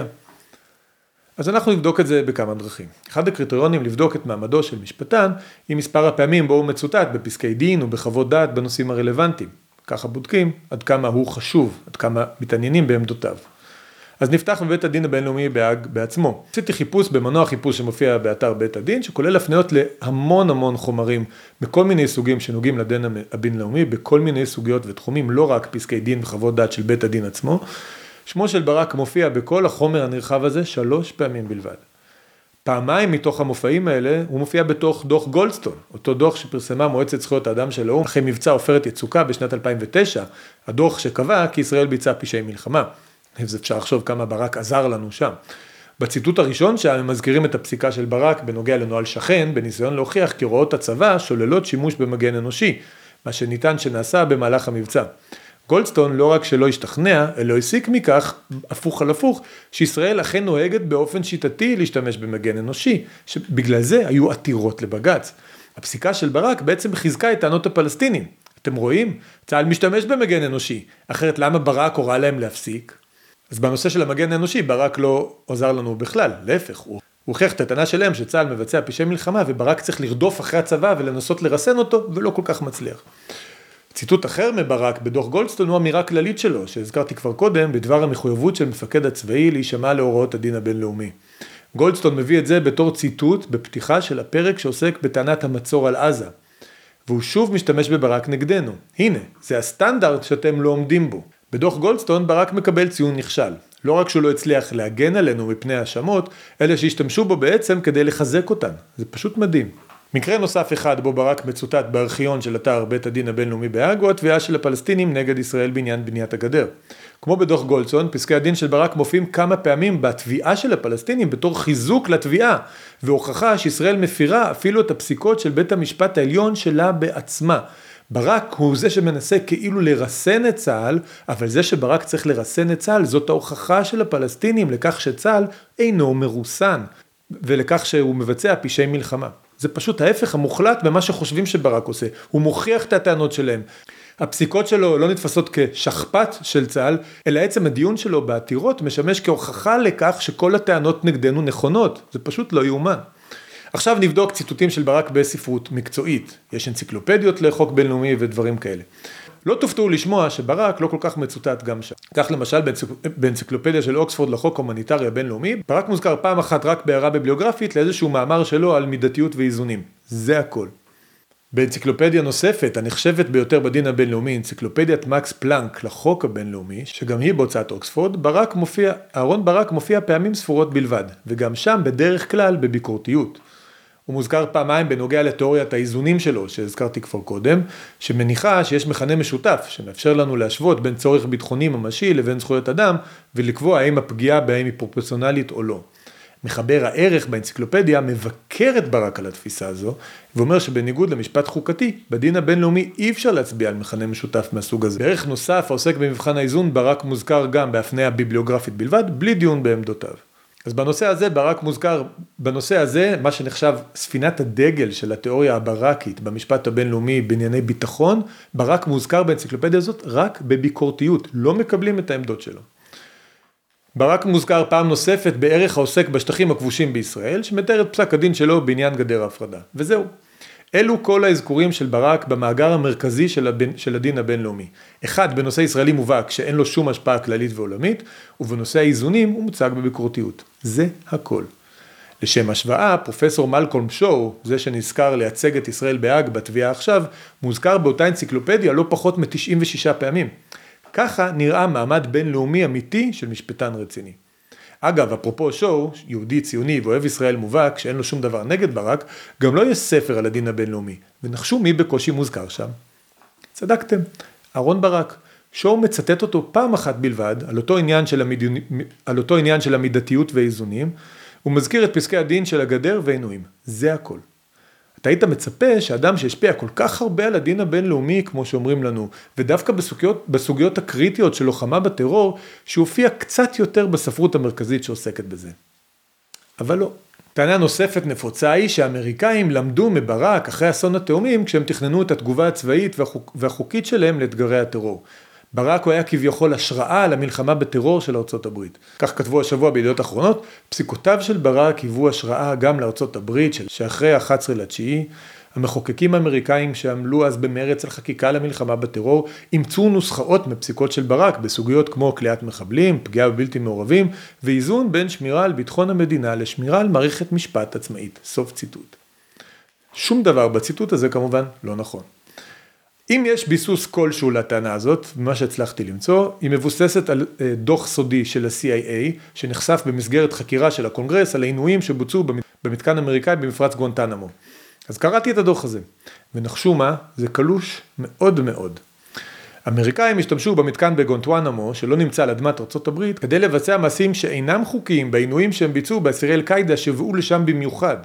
אז אנחנו נבדוק את זה בכמה דרכים. אחד הקריטריונים לבדוק את מעמדו של משפטן היא מספר הפעמים בו הוא מצוטט בפסקי דין ובחוות דעת בנושאים הרלוונטיים. ככה בודקים עד כמה הוא חשוב, עד כמה מתעניינים בעמדותיו. אז נפתח בבית הדין הבינלאומי בהאג בעצמו. עשיתי חיפוש במנוע חיפוש שמופיע באתר בית הדין, שכולל הפניות להמון חומרים, בכל מיני סוגים שנוגעים לדין הבינלאומי, בכל מיני סוגיות ותחומים, לא רק פסקי דין וחוות דעת של בית הדין עצמו. שמו של ברק מופיע בכל החומר הנרחב הזה 3 פעמים בלבד. פעמיים מתוך המופעים האלה, הוא מופיע בתוך דוח גולדסטון, אותו דוח שפרסמה מועצת זכויות האדם של האו"ם, אחרי מבצע עופרת יצוקה בשנת 2009, הדוח שקבע כי ישראל ביצעה פשעי מלחמה. אז אפשר לחשוב כמה ברק עזר לנו שם. בציטוט הראשון שם הם מזכירים את הפסיקה של ברק בנוגע לנוהל שכן, בניסיון להוכיח כי הוראות הצבא שוללות שימוש במגן אנושי, מה שניתן שנעשה במהלך המבצע. גולדסטון לא רק שלא השתכנע, אלא הסיק מכך, הפוך על הפוך, שישראל אכן נוהגת באופן שיטתי להשתמש במגן אנושי, שבגלל זה היו עתירות לבג"ץ. הפסיקה של ברק בעצם חיזקה את טענות הפלסטינים. אתם רואים? צה"ל משתמש במגן אנושי, אחרת למה ברק הורה להם להפסיק? אז בנושא של המגן האנושי, ברק לא עוזר לנו בכלל, להפך, הוא הוכיח את הטענה שלהם שצה"ל מבצע פשעי מלחמה, וברק צריך לרדוף אחרי הצבא ולנסות לרסן אותו, ולא כל כך מצליח. ציטוט אחר מברק בדוח גולדסטון הוא אמירה כללית שלו, שהזכרתי כבר קודם, בדבר המחויבות של מפקד הצבאי להישמע להוראות הדין הבינלאומי. גולדסטון מביא את זה בתור ציטוט בפתיחה של הפרק שעוסק בטענת המצור על עזה. והוא שוב משתמש בברק נגדנו. הנה, זה הסטנדרט שאתם לא עומדים בו. בדוח גולדסטון ברק מקבל ציון נכשל. לא רק שהוא לא הצליח להגן עלינו מפני האשמות, אלא שהשתמשו בו בעצם כדי לחזק אותן. זה פשוט מדהים. מקרה נוסף אחד בו ברק מצוטט בארכיון של אתר בית הדין הבינלאומי בהאג, הוא התביעה של הפלסטינים נגד ישראל בעניין בניית הגדר. כמו בדוח גולדסטון, פסקי הדין של ברק מופיעים כמה פעמים בתביעה של הפלסטינים בתור חיזוק לתביעה, והוכחה שישראל מפירה אפילו את הפסיקות של בית המשפט העליון שלה בעצמה. ברק הוא זה שמנסה כאילו לרסן את צה"ל, אבל זה שברק צריך לרסן את צה"ל, זאת ההוכחה של הפלסטינים לכך שצה"ל אינו מרוסן, ולכך שהוא מבצע פשעי מלחמה. זה פשוט ההפך המוחלט במה שחושבים שברק עושה. הוא מוכיח את הטענות שלהם. הפסיקות שלו לא נתפסות כשכפ"ץ של צה"ל, אלא עצם הדיון שלו בעתירות משמש כהוכחה לכך שכל הטענות נגדנו נכונות. זה פשוט לא יאומן. עכשיו נבדוק ציטוטים של ברק בספרות מקצועית. יש אנציקלופדיות לחוק בינלאומי ודברים כאלה. לא תופתעו לשמוע שברק לא כל כך מצוטט גם שם. כך למשל באנציקלופדיה של אוקספורד לחוק הומניטרי הבינלאומי, ברק מוזכר פעם אחת רק בהערה ביבליוגרפית לאיזשהו מאמר שלו על מידתיות ואיזונים. זה הכל. באנציקלופדיה נוספת, הנחשבת ביותר בדין הבינלאומי, אנציקלופדיית מקס פלנק לחוק הבינלאומי, שגם היא בהוצאת אוקספורד, אהרון ברק מופיע פעמים ספורות בלבד, וגם שם בדרך כלל בביקורתיות. הוא מוזכר פעמיים בנוגע לתיאוריית האיזונים שלו, שהזכרתי כבר קודם, שמניחה שיש מכנה משותף, שמאפשר לנו להשוות בין צורך ביטחוני ממשי לבין זכויות אדם, ולקבוע האם הפגיעה בהם היא פרופורציונלית או לא. מחבר הערך באנציקלופדיה מבקר את ברק על התפיסה הזו, ואומר שבניגוד למשפט חוקתי, בדין הבינלאומי אי אפשר להצביע על מכנה משותף מהסוג הזה. בערך נוסף העוסק במבחן האיזון, ברק מוזכר גם בהפניה ביבליוגרפית בלבד, בלי דיון בעמדותיו. אז בנושא הזה, מה שנחשב ספינת הדגל של התיאוריה הברקית במשפט הבינלאומי בענייני ביטחון, ברק מוזכר באנציקלופדיה הזאת רק בביקורתיות, לא מקבלים את העמדות שלו. ברק מוזכר פעם נוספת בערך העוסק בשטחים הכבושים בישראל, שמתאר את פסק הדין שלו בעניין גדר ההפרדה. וזהו. אלו כל האזכורים של ברק במאגר המרכזי של הדין הבינלאומי. אחד, בנושא ישראלי מובהק שאין לו שום השפעה כללית ועולמית, ובנושא האיזונים הוא מוצג בביקורתיות. זה הכל. לשם השוואה, פרופסור מלקולם שואו, זה שנזכר לייצג את ישראל בהאג בתביעה עכשיו, מוזכר באותה אנציקלופדיה לא פחות מ-96 פעמים. ככה נראה מעמד בינלאומי אמיתי של משפטן רציני. אגב, אפרופו שואו, יהודי ציוני ואוהב ישראל מובהק, שאין לו שום דבר נגד ברק, גם לא יש ספר על הדין הבינלאומי. ונחשו מי בקושי מוזכר שם. צדקתם, אהרון ברק. שואו מצטט אותו פעם אחת בלבד, על אותו עניין של המידתיות והאיזונים, הוא מזכיר את פסקי הדין של הגדר ועינויים. זה הכל. אתה היית מצפה שאדם שהשפיע כל כך הרבה על הדין הבינלאומי, כמו שאומרים לנו, ודווקא בסוגיות הקריטיות של לוחמה בטרור, שהופיע קצת יותר בספרות המרכזית שעוסקת בזה. אבל לא. טענה נוספת נפוצה היא שהאמריקאים למדו מברק אחרי אסון התאומים, כשהם תכננו את התגובה הצבאית והחוקית שלהם לאתגרי הטרור. ברק הוא היה כביכול השראה למלחמה בטרור של ארצות הברית. כך כתבו השבוע בידיעות אחרונות, פסיקותיו של ברק היוו השראה גם לארצות הברית שאחרי 11/9, המחוקקים האמריקאים שעמלו אז במרץ על חקיקה למלחמה בטרור, אימצו נוסחאות מפסיקות של ברק בסוגיות כמו כליאת מחבלים, פגיעה בבלתי מעורבים, ואיזון בין שמירה על ביטחון המדינה לשמירה על מערכת משפט עצמאית. סוף ציטוט. שום דבר בציטוט הזה כמובן לא נכון. אם יש ביסוס כלשהו לטענה הזאת, מה שהצלחתי למצוא, היא מבוססת על דוח סודי של ה-CIA, שנחשף במסגרת חקירה של הקונגרס על העינויים שבוצעו במתקן אמריקאי במפרץ גואנטנמו. אז קראתי את הדוח הזה, ונחשו מה, זה קלוש מאוד מאוד. אמריקאים השתמשו במתקן בגואנטנמו, שלא נמצא על אדמת ארצות הברית, כדי לבצע מעשים שאינם חוקיים בעינויים שהם ביצעו באסירי אל-קאעידה שהובאו לשם במיוחד.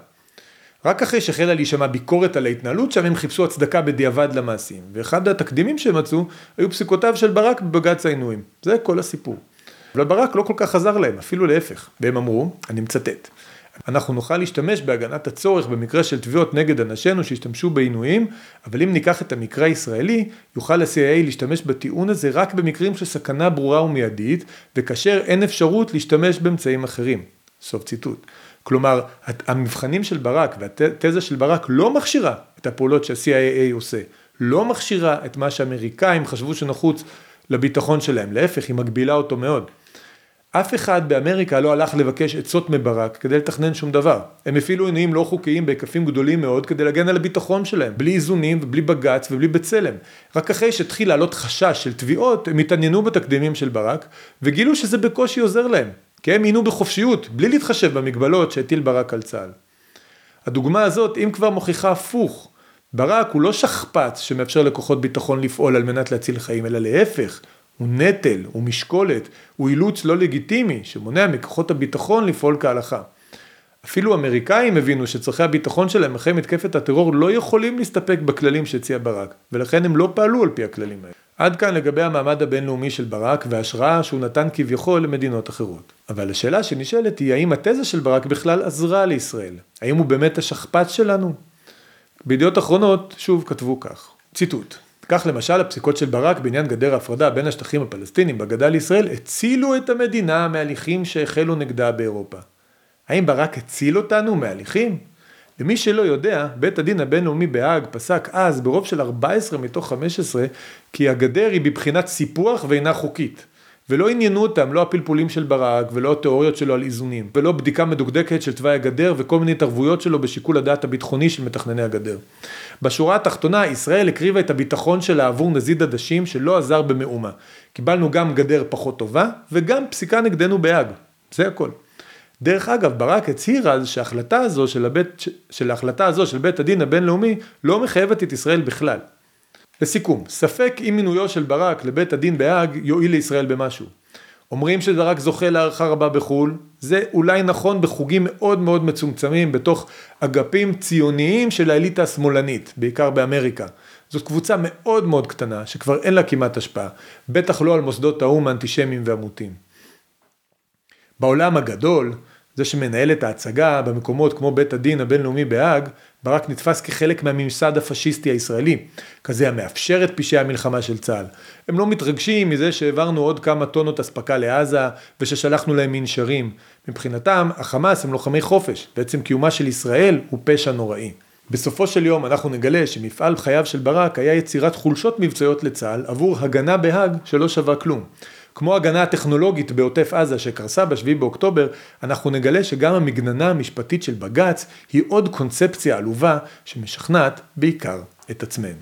רק אחרי שהחלה להישמע ביקורת על ההתנהלות, שם הם חיפשו הצדקה בדיעבד למעשים. ואחד התקדימים שהם מצאו, היו פסיקותיו של ברק בבג"ץ העינויים. זה כל הסיפור. אבל ברק לא כל כך עזר להם, אפילו להפך. והם אמרו, אני מצטט, אנחנו נוכל להשתמש בהגנת הצורך במקרה של תביעות נגד אנשינו שהשתמשו בעינויים, אבל אם ניקח את המקרה הישראלי, יוכל ה-CIA להשתמש בטיעון הזה רק במקרים של סכנה ברורה ומיידית, וכאשר אין אפשרות להשתמש באמצעים אחרים. סוף ציטוט. כלומר, המבחנים של ברק והתזה של ברק לא מכשירה את הפעולות שה-CIA עושה, לא מכשירה את מה שהאמריקאים חשבו שנחוץ לביטחון שלהם, להפך, היא מגבילה אותו מאוד. אף אחד באמריקה לא הלך לבקש עצות מברק כדי לתכנן שום דבר. הם אפילו עינויים לא חוקיים בהיקפים גדולים מאוד כדי להגן על הביטחון שלהם, בלי איזונים ובלי בג"ץ ובלי בצלם. רק אחרי שהתחיל לעלות חשש של תביעות, הם התעניינו בתקדימים של ברק וגילו שזה בקושי עוזר להם. כי הם עינו בחופשיות, בלי להתחשב במגבלות שהטיל ברק על צה"ל. הדוגמה הזאת, אם כבר מוכיחה הפוך, ברק הוא לא שכפ"ץ שמאפשר לכוחות ביטחון לפעול על מנת להציל חיים, אלא להפך, הוא נטל, הוא משקולת, הוא אילוץ לא לגיטימי, שמונע מכוחות הביטחון לפעול כהלכה. אפילו אמריקאים הבינו שצרכי הביטחון שלהם אחרי מתקפת הטרור לא יכולים להסתפק בכללים שהציע ברק, ולכן הם לא פעלו על פי הכללים האלה. עד כאן לגבי המעמד הבינלאומי של ברק וההשראה שהוא נתן כביכול למדינות אחרות. אבל השאלה שנשאלת היא, האם התזה של ברק בכלל עזרה לישראל? האם הוא באמת השכפ"ץ שלנו? בידיעות אחרונות שוב כתבו כך, ציטוט. כך למשל הפסיקות של ברק בעניין גדר ההפרדה בין השטחים הפלסטינים בגדה לישראל הצילו את המדינה מהליכים שהחלו נגדה באירופה. האם ברק הציל אותנו מהליכים? למי שלא יודע, בית הדין הבינלאומי בהאג פסק אז ברוב של 14 מתוך 15 כי הגדר היא בבחינת סיפוח ואינה חוקית. ולא עניינו אותם, לא הפלפולים של ברק ולא התיאוריות שלו על איזונים, ולא בדיקה מדוקדקת של תוואי הגדר וכל מיני התערבויות שלו בשיקול הדעת הביטחוני של מתכנני הגדר. בשורה התחתונה, ישראל הקריבה את הביטחון שלה עבור נזיד עדשים שלא עזר במאומה. קיבלנו גם גדר פחות טובה וגם פסיקה נגדנו בהאג. זה הכל. דרך אגב, ברק הצהיר אז שההחלטה הזו של בית הדין הבינלאומי לא מחייבת את ישראל בכלל. לסיכום, ספק אם מינויו של ברק לבית הדין בהאג יועיל לישראל במשהו. אומרים שברק זוכה להערכה רבה בחול, זה אולי נכון בחוגים מאוד מאוד מצומצמים בתוך אגפים ציוניים של האליטה השמאלנית, בעיקר באמריקה. זאת קבוצה מאוד מאוד קטנה שכבר אין לה כמעט השפעה, בטח לא על מוסדות האו"ם האנטישמיים והמוטים. בעולם הגדול, זה שמנהל את ההצגה במקומות כמו בית הדין הבינלאומי בהאג, ברק נתפס כחלק מהממסד הפשיסטי הישראלי, כזה המאפשר את פשעי המלחמה של צה"ל. הם לא מתרגשים מזה שהעברנו עוד כמה טונות אספקה לעזה, וששלחנו להם מנשרים. מבחינתם, החמאס הם לוחמי חופש, בעצם קיומה של ישראל הוא פשע נוראי. בסופו של יום אנחנו נגלה שמפעל חייו של ברק היה יצירת חולשות מבצעיות לצה"ל עבור הגנה בהאג שלא שווה כלום. כמו הגנה הטכנולוגית בעוטף עזה שקרסה ב7 באוקטובר, אנחנו נגלה שגם המגננה המשפטית של בג"ץ היא עוד קונספציה עלובה שמשכנעת בעיקר את עצמנו.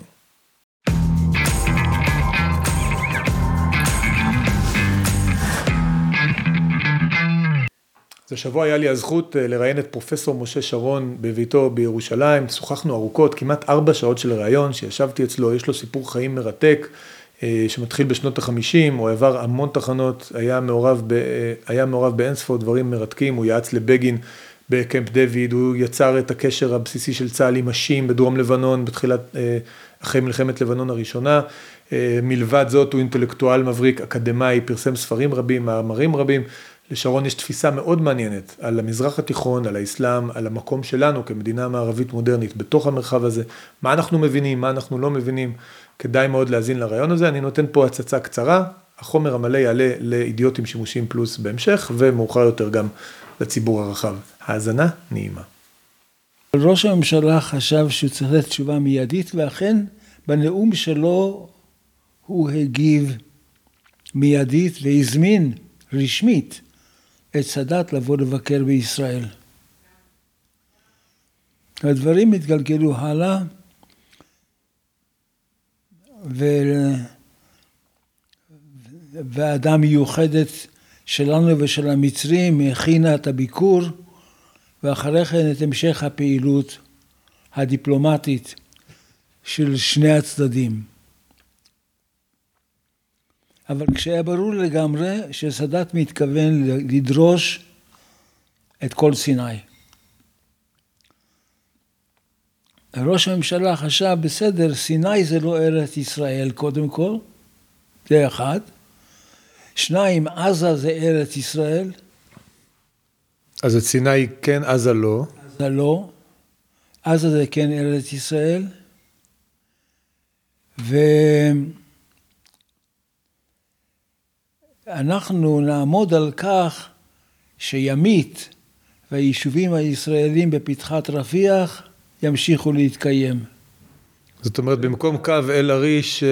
אז השבוע היה לי הזכות לראיין את פרופסור משה שרון בביתו בירושלים, שוחחנו ארוכות, כמעט 4 שעות של ראיון שישבתי אצלו, יש לו סיפור חיים מרתק, שמתחיל בשנות ה-50, הוא עבר המון תחנות, היה מעורב באינספור דברים מרתקים, הוא יעץ לבגין בקמפ דויד, הוא יצר את הקשר הבסיסי של צה"ל עם השיעים בדרום לבנון, אחרי מלחמת לבנון הראשונה, מלבד זאת הוא אינטלקטואל מבריק אקדמאי, פרסם ספרים רבים, מאמרים רבים, לשרון יש תפיסה מאוד מעניינת על המזרח התיכון, על האסלאם, על המקום שלנו כמדינה מערבית מודרנית בתוך המרחב הזה, מה אנחנו מבינים, מה אנחנו לא מבינים, כדאי מאוד להזין לרעיון הזה, אני נותן פה הצצה קצרה, החומר המלא יעלה לאידיוטים שימושיים פלוס בהמשך, ומאוחר יותר גם לציבור הרחב. האזנה נעימה. ראש הממשלה חשב שהוא צריך לתת תשובה מיידית, ואכן בנאום שלו הוא הגיב מיידית והזמין רשמית את סאדאת לבוא לבקר בישראל. הדברים התגלגלו הלאה, והוועדה מיוחדת שלנו ושל המצרים הכינה את הביקור, ואחרי כן את המשך הפעילות הדיפלומטית של שני הצדדים. אבל כשהיה ברור לגמרי שסאדאת מתכוון לדרוש את כל סיני. ראש הממשלה חשב, בסדר, סיני זה לא ארץ ישראל קודם כל, זה אחד. 2, עזה זה ארץ ישראל. אז את סיני כן, עזה לא. עזה לא. עזה זה כן ארץ ישראל. ואנחנו נעמוד על כך שימית והיישובים הישראלים בפתחת רפיח ימשיכו להתקיים. זאת אומרת, במקום קו אל עריש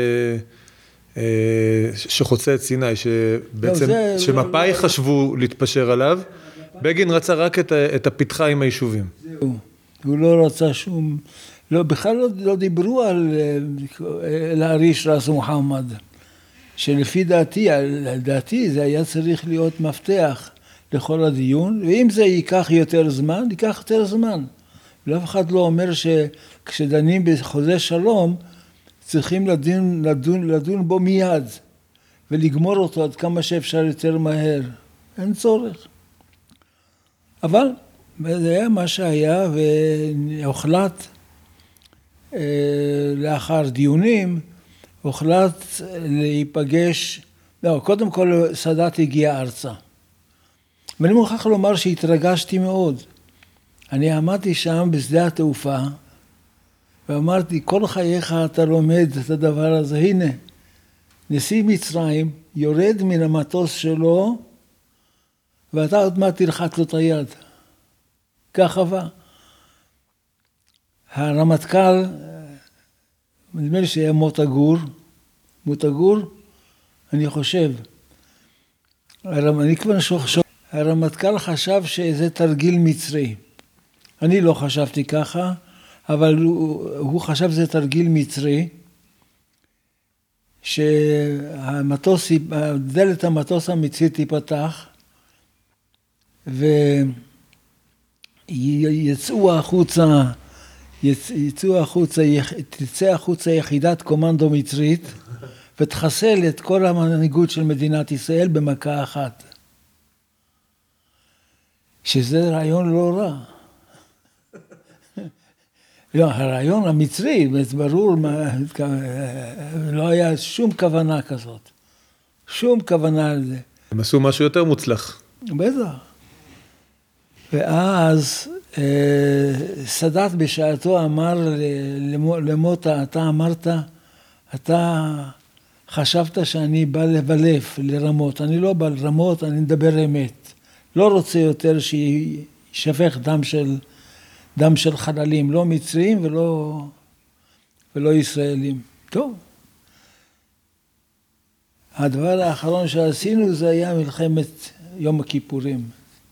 שחוצה את סיני, שבעצם, שמפאי חשבו להתפשר עליו, בגין רצה רק את הפתחה עם היישובים. זהו, הוא לא רצה שום, בכלל לא דיברו על אל עריש ראס מוחמד, שלפי דעתי זה היה צריך להיות מפתח לכל הדיון, ואם זה ייקח יותר זמן, ייקח יותר זמן. ואף אחד לא אומר שכשדנים בחוזה שלום, צריכים לדון בו מיד, ולגמור אותו עד כמה שאפשר יותר מהר. אין צורך. אבל זה היה מה שהיה, והוחלט לאחר דיונים, הוחלט להיפגש, לא, קודם כל סאדאת הגיע ארצה. ואני מוכרח לומר שהתרגשתי מאוד. אני עמדתי שם בשדה התעופה, ואמרתי, כל חייך אתה לומד את הדבר הזה, הנה, נשיא מצרים יורד מן המטוס שלו, ואתה עוד מעט תלחץ לו את היד. כך עבר. הרמטכ"ל, נדמה לי שהיה מוטה גור, אני חושב, הרמטכ"ל חשב שזה תרגיל מצרי. אני לא חשבתי ככה, אבל הוא חשב שזה תרגיל מצרי, דלת המטוס המצרית תיפתח, תצא החוצה יחידת קומנדו מצרית, ותחסל את כל המנהיגות של מדינת ישראל במכה אחת. שזה רעיון לא רע. לא, הרעיון המצרי, ברור, לא היה שום כוונה כזאת. שום כוונה על זה. הם עשו משהו יותר מוצלח. בטח. ואז סאדאת בשעתו אמר למוטה, אתה אמרת, אתה חשבת שאני בא לבלף, לרמות. אני לא בא לרמות, אני מדבר אמת. לא רוצה יותר שישפך דם של חללים, לא מצרים ולא ישראלים. טוב. הדבר האחרון שעשינו זה היה מלחמת יום הכיפורים.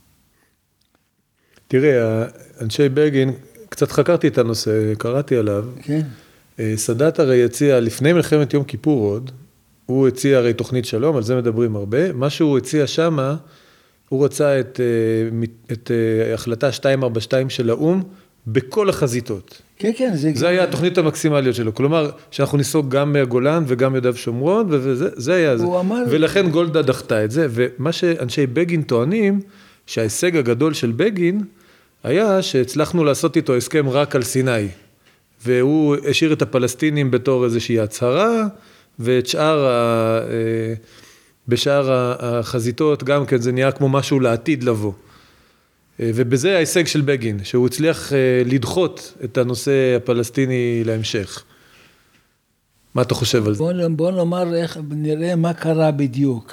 תראה, אנשי בגין, קצת חקרתי את הנושא, קראתי עליו. כן. סאדאת הרי הציע, לפני מלחמת יום כיפור עוד, הוא הציע הרי תוכנית שלום, על זה מדברים הרבה. מה שהוא הציע שמה, הוא רצה את החלטה 242 של האום, בכל החזיתות. כן, כן. זה היה התוכנית המקסימליות שלו. כלומר, שאנחנו ניסוג גם מהגולן וגם יהודה ושומרון, וזה היה זה. ולכן גולדה דחתה את זה. ומה שאנשי בגין טוענים, שההישג הגדול של בגין, היה שהצלחנו לעשות איתו הסכם רק על סיני. והוא השאיר את הפלסטינים בתור איזושהי הצהרה, ואת בשאר החזיתות גם כן זה נהיה כמו משהו לעתיד לבוא. ובזה ההישג של בגין, שהוא הצליח לדחות את הנושא הפלסטיני להמשך. מה אתה חושב על זה? בוא נאמר נראה מה קרה בדיוק.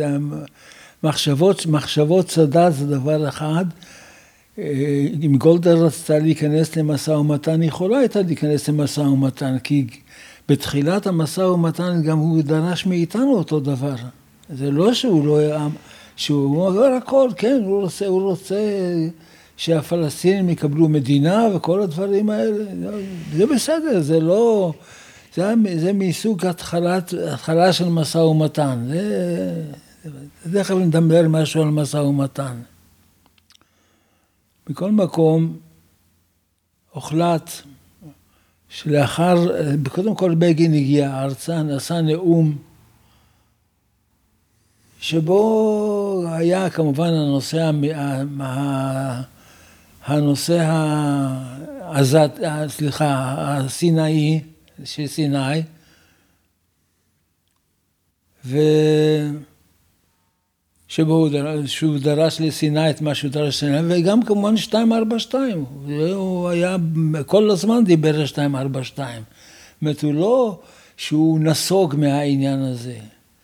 מחשבות סאדאת זה דבר אחד. אם גולדה רצתה להיכנס למשא ומתן, יכולה הייתה להיכנס למשא ומתן, כי בתחילת המשא ומתן גם הוא דרש מאיתנו אותו דבר. זה לא שהוא לא היה, שהוא אומר הכל, כן, הוא רוצה שהפלסטינים יקבלו מדינה וכל הדברים האלה. זה בסדר, זה לא, זה מסוג התחלה של משא ומתן. זה חייב לדבר משהו על משא ומתן. בכל מקום הוחלט שלאחר, קודם כל בגין הגיע ארצה, נשא נאום, שבו היה כמובן הסינאי, של סיני, שהוא דרש לסיני את מה שהוא דרש לסיני, וגם כמובן 242, הוא היה, כל הזמן דיבר 242. זאת אומרת, הוא לא שהוא נסוג מהעניין הזה,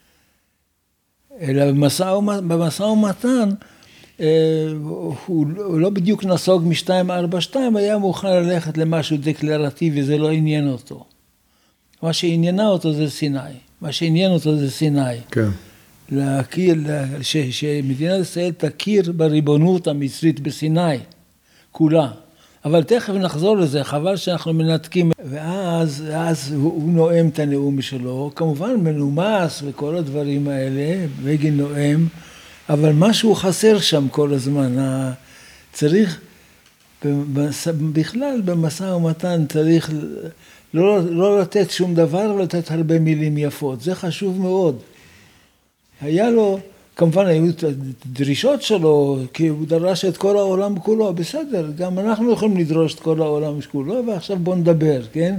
אלא במשא ומתן, הוא לא בדיוק נסוג מ-242, היה מוכן ללכת למשהו דקלרטיבי, זה לא עניין אותו. מה שעניינה אותו זה סיני, מה שעניין אותו זה סיני. כן. להכיר, שמדינת ישראל תכיר בריבונות המצרית בסיני, כולה. אבל תכף נחזור לזה, חבל שאנחנו מנתקים. ואז הוא נואם את הנאום שלו, כמובן מנומס וכל הדברים האלה, בגין נואם, אבל משהו חסר שם כל הזמן. צריך, בכלל במשא ומתן צריך לא לתת שום דבר, אבל לתת הרבה מילים יפות. זה חשוב מאוד. היה לו, כמובן היו את הדרישות שלו, כי הוא דרש את כל העולם כולו, בסדר, גם אנחנו יכולים לדרוש את כל העולם כולו, ועכשיו בוא נדבר, כן?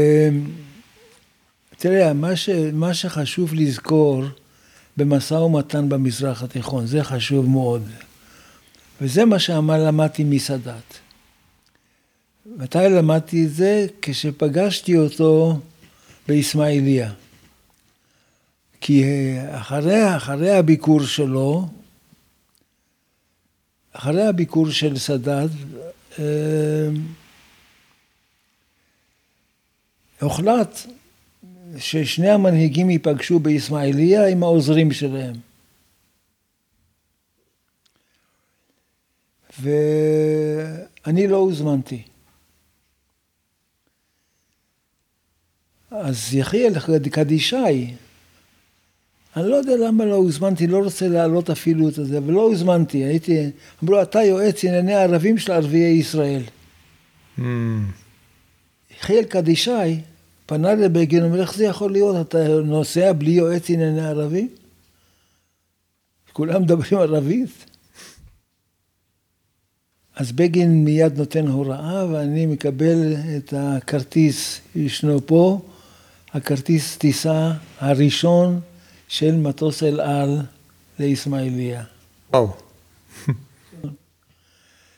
תראה, מה שחשוב לזכור במשא ומתן במזרח התיכון, זה חשוב מאוד. וזה מה למדתי מסאדאת. מתי למדתי את זה? כשפגשתי אותו באסמאעיליה. כי אחרי הביקור שלו, אחרי הביקור של סאדאת, הוחלט ששני המנהיגים ייפגשו באסמאעיליה עם העוזרים שלהם. ואני לא הוזמנתי. אז יחיאל קדישאי, אני לא יודע למה לא הוזמנתי, לא רוצה להעלות אפילו את זה, ולא הוזמנתי. אמרו, אתה יועץ ענייני הערבים של ערביי ישראל. יחיאל קדישאי פנה לבגין, אומר, איך זה יכול להיות? אתה נוסע בלי יועץ ענייני ערבים? כולם מדברים ערבית. אז בגין מיד נותן הוראה, ואני מקבל את הכרטיס, ישנו פה, הכרטיס טיסה הראשון של מטוס אל על לאסמאעיליה. וואו.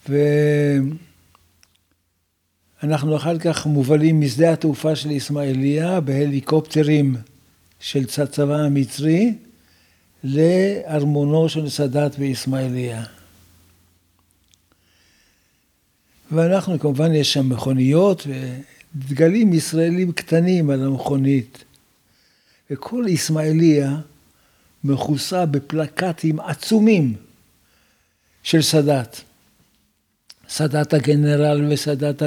ואנחנו אחר כך מובלים משדה התעופה של איסמעיליה בהליקופטרים של הצבא המצרי לארמונו של סאדאת באיסמעיליה. ואנחנו כמובן יש שם מכוניות ודגלים ישראלים קטנים על המכונית. וכל איסמעיליה מכוסה בפלקטים עצומים של סאדאת. סאדאת הגנרל וסאדאת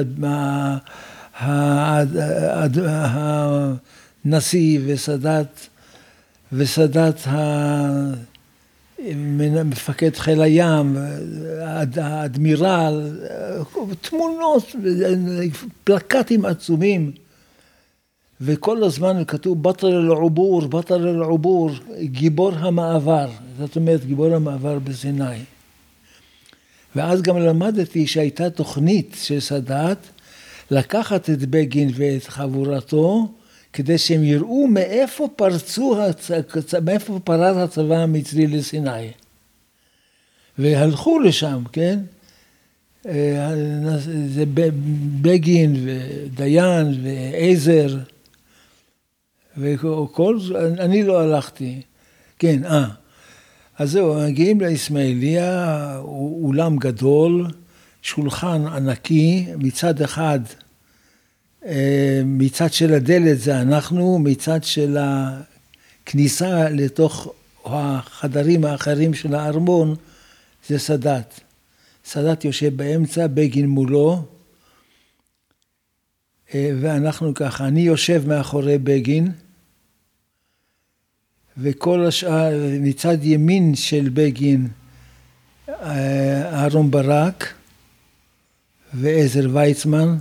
הנשיא וסאדאת מפקד חיל הים, האדמירל, תמונות, פלקטים עצומים. וכל הזמן כתוב בטל אל-עבור, בטל אל-עבור, גיבור המעבר. זאת אומרת, גיבור המעבר בסיני. ואז גם למדתי שהייתה תוכנית של סאדאת לקחת את בגין ואת חבורתו, כדי שהם יראו מאיפה פרץ הצבא המצרי לסיני. והלכו לשם, כן? זה בגין ודיין ועזר, וכל זה, אני לא הלכתי. כן, אז זהו, מגיעים לאיסמעיליה, אולם גדול, שולחן ענקי, מצד אחד, מצד של הדלת זה אנחנו, מצד של הכניסה לתוך החדרים האחרים של הארמון, זה סאדאת. סאדאת יושב באמצע, בגין מולו, ואנחנו ככה, אני יושב מאחורי בגין, וכל השאר, מצד ימין של בגין, אהרון ברק, ועזר ויצמן,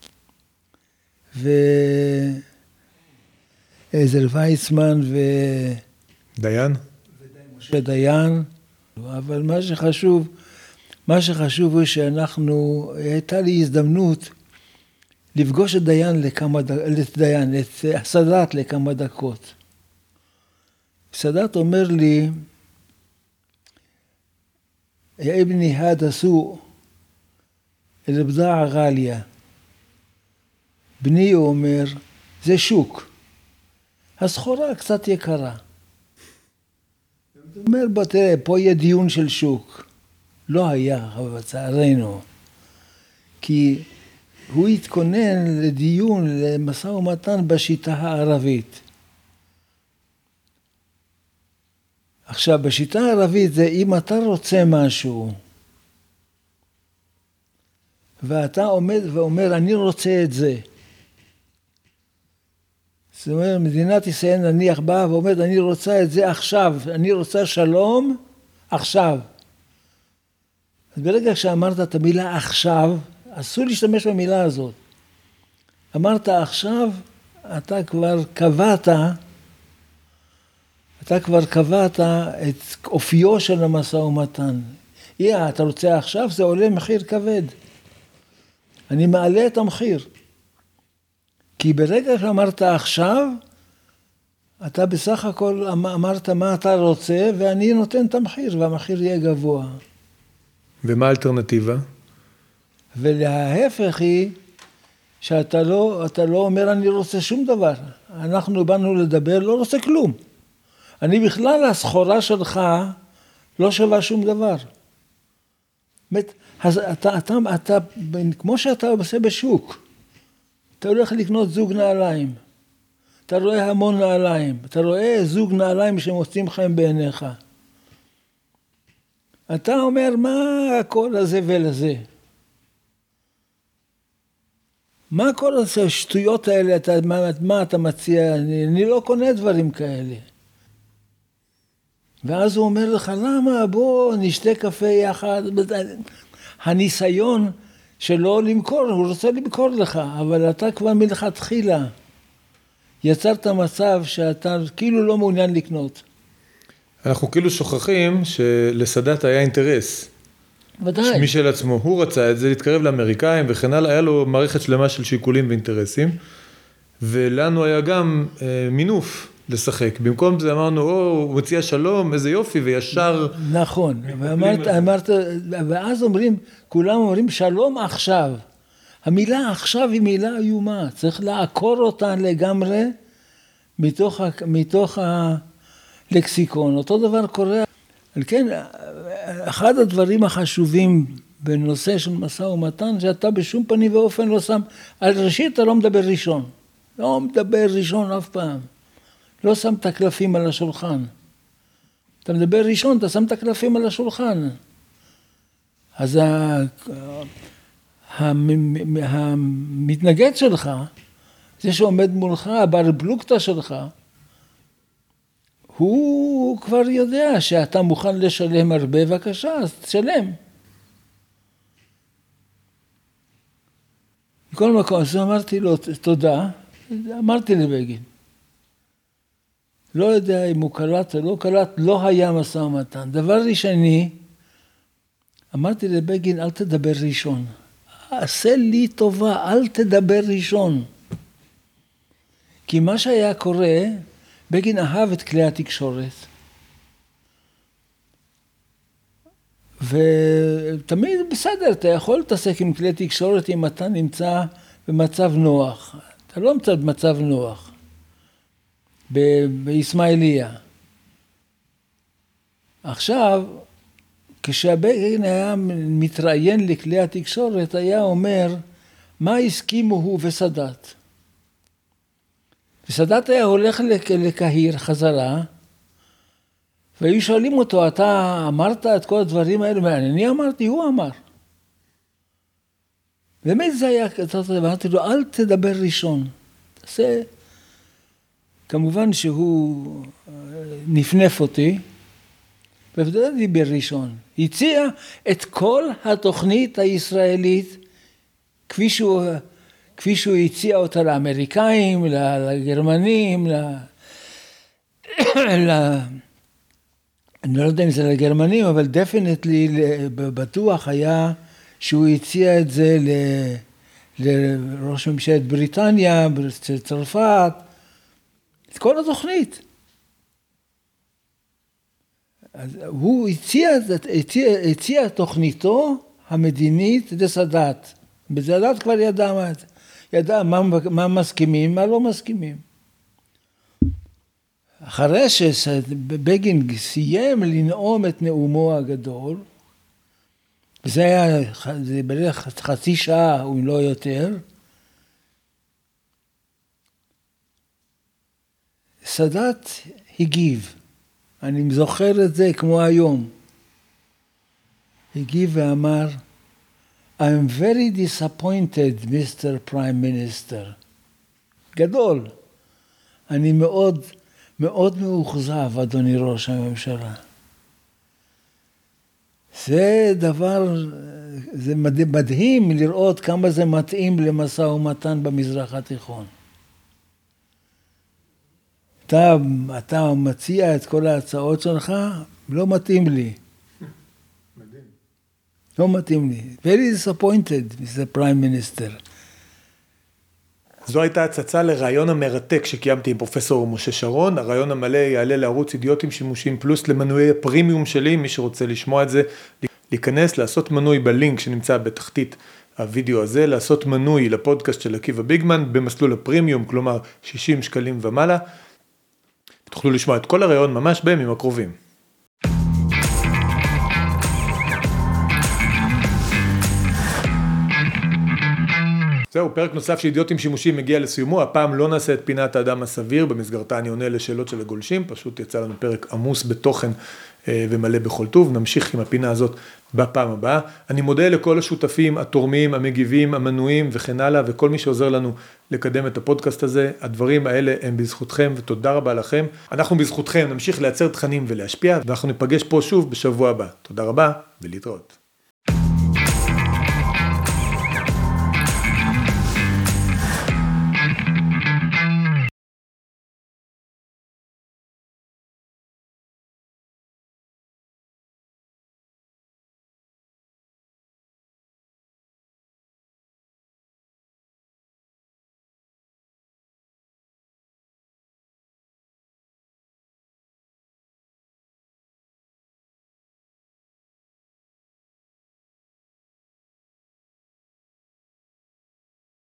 דיין? משה דיין, אבל מה שחשוב הוא שאנחנו, הייתה לי הזדמנות לפגוש את סאדאת לכמה דקות. סאדאת אומר לי, יא אבני הדה סוء, אל-בדאעה גאליה. בני אומר, זה שוק. הסחורה קצת יקרה. הוא אומר, בוא תראה, פה יהיה דיון של שוק. לא היה, אבל צערנו. כי הוא התכונן לדיון, למשא ומתן בשיטה הערבית. עכשיו, בשיטה הערבית זה אם אתה רוצה משהו, ואתה עומד ואומר, אני רוצה את זה. זאת אומרת, מדינת ישראל נניח באה ואומרת, אני רוצה את זה עכשיו, אני רוצה שלום עכשיו. אז ברגע שאמרת את המילה עכשיו, אסור להשתמש במילה הזאת. אמרת עכשיו, אתה כבר קבעת את אופיו של המשא ומתן. אתה רוצה עכשיו, זה עולה מחיר כבד. אני מעלה את המחיר. כי ברגע שאמרת עכשיו, אתה בסך הכל אמרת מה אתה רוצה, ואני נותן את המחיר, והמחיר יהיה גבוה. ומה האלטרנטיבה? ולהפך היא, שאתה לא אומר אני רוצה שום דבר. אנחנו באנו לדבר, לא רוצה כלום. אני בכלל, הסחורה שלך לא שווה שום דבר. אתה, כמו שאתה עושה בשוק, אתה הולך לקנות זוג נעליים. אתה רואה המון נעליים. אתה רואה זוג נעליים שמוצאים חיים בעיניך. אתה אומר, מה הכל הזה ולזה? מה כל השטויות האלה, מה אתה מציע? אני לא קונה דברים כאלה. ואז הוא אומר לך, למה? בוא נשתה קפה יחד. הניסיון שלא למכור, הוא רוצה למכור לך, אבל אתה כבר מלכתחילה יצרת מצב שאתה כאילו לא מעוניין לקנות. אנחנו כאילו שוכחים שלסאדאת היה אינטרס. ודאי. משל עצמו, הוא רצה את זה, להתקרב לאמריקאים וכן הלאה, היה לו מערכת שלמה של שיקולים ואינטרסים, ולנו היה גם מינוף לשחק. במקום זה אמרנו, הוא מציע שלום, איזה יופי, וישר... נכון, ואמרת, ואז אומרים, כולם אומרים שלום עכשיו. המילה עכשיו היא מילה איומה, צריך לעקור אותה לגמרי מתוך הלקסיקון. אותו דבר קורה. על כן, אחד הדברים החשובים בנושא של משא ומתן, שאתה בשום פנים ואופן לא שם, על ראשית אתה לא מדבר ראשון. לא מדבר ראשון אף פעם. לא שם את הקלפים על השולחן. אתה מדבר ראשון, אתה שם את הקלפים על השולחן. אז המתנגד שלך, זה שעומד מולך, הבר פלוגתא שלך, הוא כבר יודע שאתה מוכן לשלם הרבה, בבקשה, אז תשלם. בכל מקום, אז אמרתי לו, תודה, אמרתי לבגין. לא יודע אם הוא קלט או לא קלט, לא היה משא ומתן. דבר ראשוני, אמרתי לבגין, אל תדבר ראשון. עשה לי טובה, אל תדבר ראשון. כי מה שהיה קורה, בגין אהב את כלי התקשורת. ותמיד בסדר, אתה יכול להתעסק עם כלי תקשורת אם אתה נמצא במצב נוח. אתה לא נמצא במצב נוח. באסמאעיליה. עכשיו, כשהבגין היה מתראיין לכלי התקשורת, היה אומר, מה הסכימו הוא וסאדאת? וסאדאת היה הולך לקהיר חזרה, והיו שואלים אותו, אתה אמרת את כל הדברים האלה? אני אמרתי, הוא אמר. באמת זה היה, אמרתי לו, אל תדבר ראשון. תעשה... כמובן שהוא נפנף אותי, ובוודאי דיבר ראשון. הציע את כל התוכנית הישראלית, כפי שהוא הציע אותה לאמריקאים, לגרמנים, אני לא יודע אם זה לגרמנים, אבל דפנטלי בטוח היה שהוא הציע את זה לראש ממשלת בריטניה, צרפת, את כל התוכנית. אז הוא הציע תוכניתו המדינית לסאדאת. בסאדאת כבר ידע מה מסכימים, מה לא מסכימים. אחרי שבגין סיים לנאום את נאומו הגדול, וזה היה בערך חצי שעה, או לא יותר, סאדאת הגיב. אני זוכר את זה כמו היום. הגיב ואמר, I'm very disappointed, Mr. Prime Minister. גדול. אני מאוד, מאוד מאוכזב, אדוני ראש הממשלה. זה דבר, זה מדהים לראות כמה זה מתאים למשא ומתן במזרח התיכון. אתה מציע את כל ההצעות שלך, לא מתאים לי. מדהים. לא מתאים לי. Very disappointed, Mr. Prime Minister. זו הייתה הצצה לרעיון המרתק שקיימתי עם פרופסור משה שרון. הרעיון המלא יעלה לערוץ אידיוטים שימושים פלוס למנויי הפרימיום שלי. מי שרוצה לשמוע את זה, להיכנס, לעשות מנוי בלינק שנמצא בתחתית הווידאו הזה, לעשות מנוי לפודקאסט של עקיבא ביגמן במסלול הפרימיום, כלומר 60 שקלים ומעלה. תוכלו לשמוע את כל הרעיון ממש בימים הקרובים. זהו, פרק נוסף של אידיוטים שימושיים מגיע לסיומו. הפעם לא נעשה את פינת האדם הסביר, במסגרתה אני עונה לשאלות של הגולשים, פשוט יצא לנו פרק עמוס בתוכן ומלא בכל טוב. נמשיך עם הפינה הזאת בפעם הבאה. אני מודה לכל השותפים, התורמים, המגיבים, המנויים וכן הלאה, וכל מי שעוזר לנו לקדם את הפודקאסט הזה. הדברים האלה הם בזכותכם, ותודה רבה לכם. אנחנו בזכותכם נמשיך לייצר תכנים ולהשפיע, ואנחנו ניפגש פה שוב בשבוע הבא. תודה רבה ולהתראות.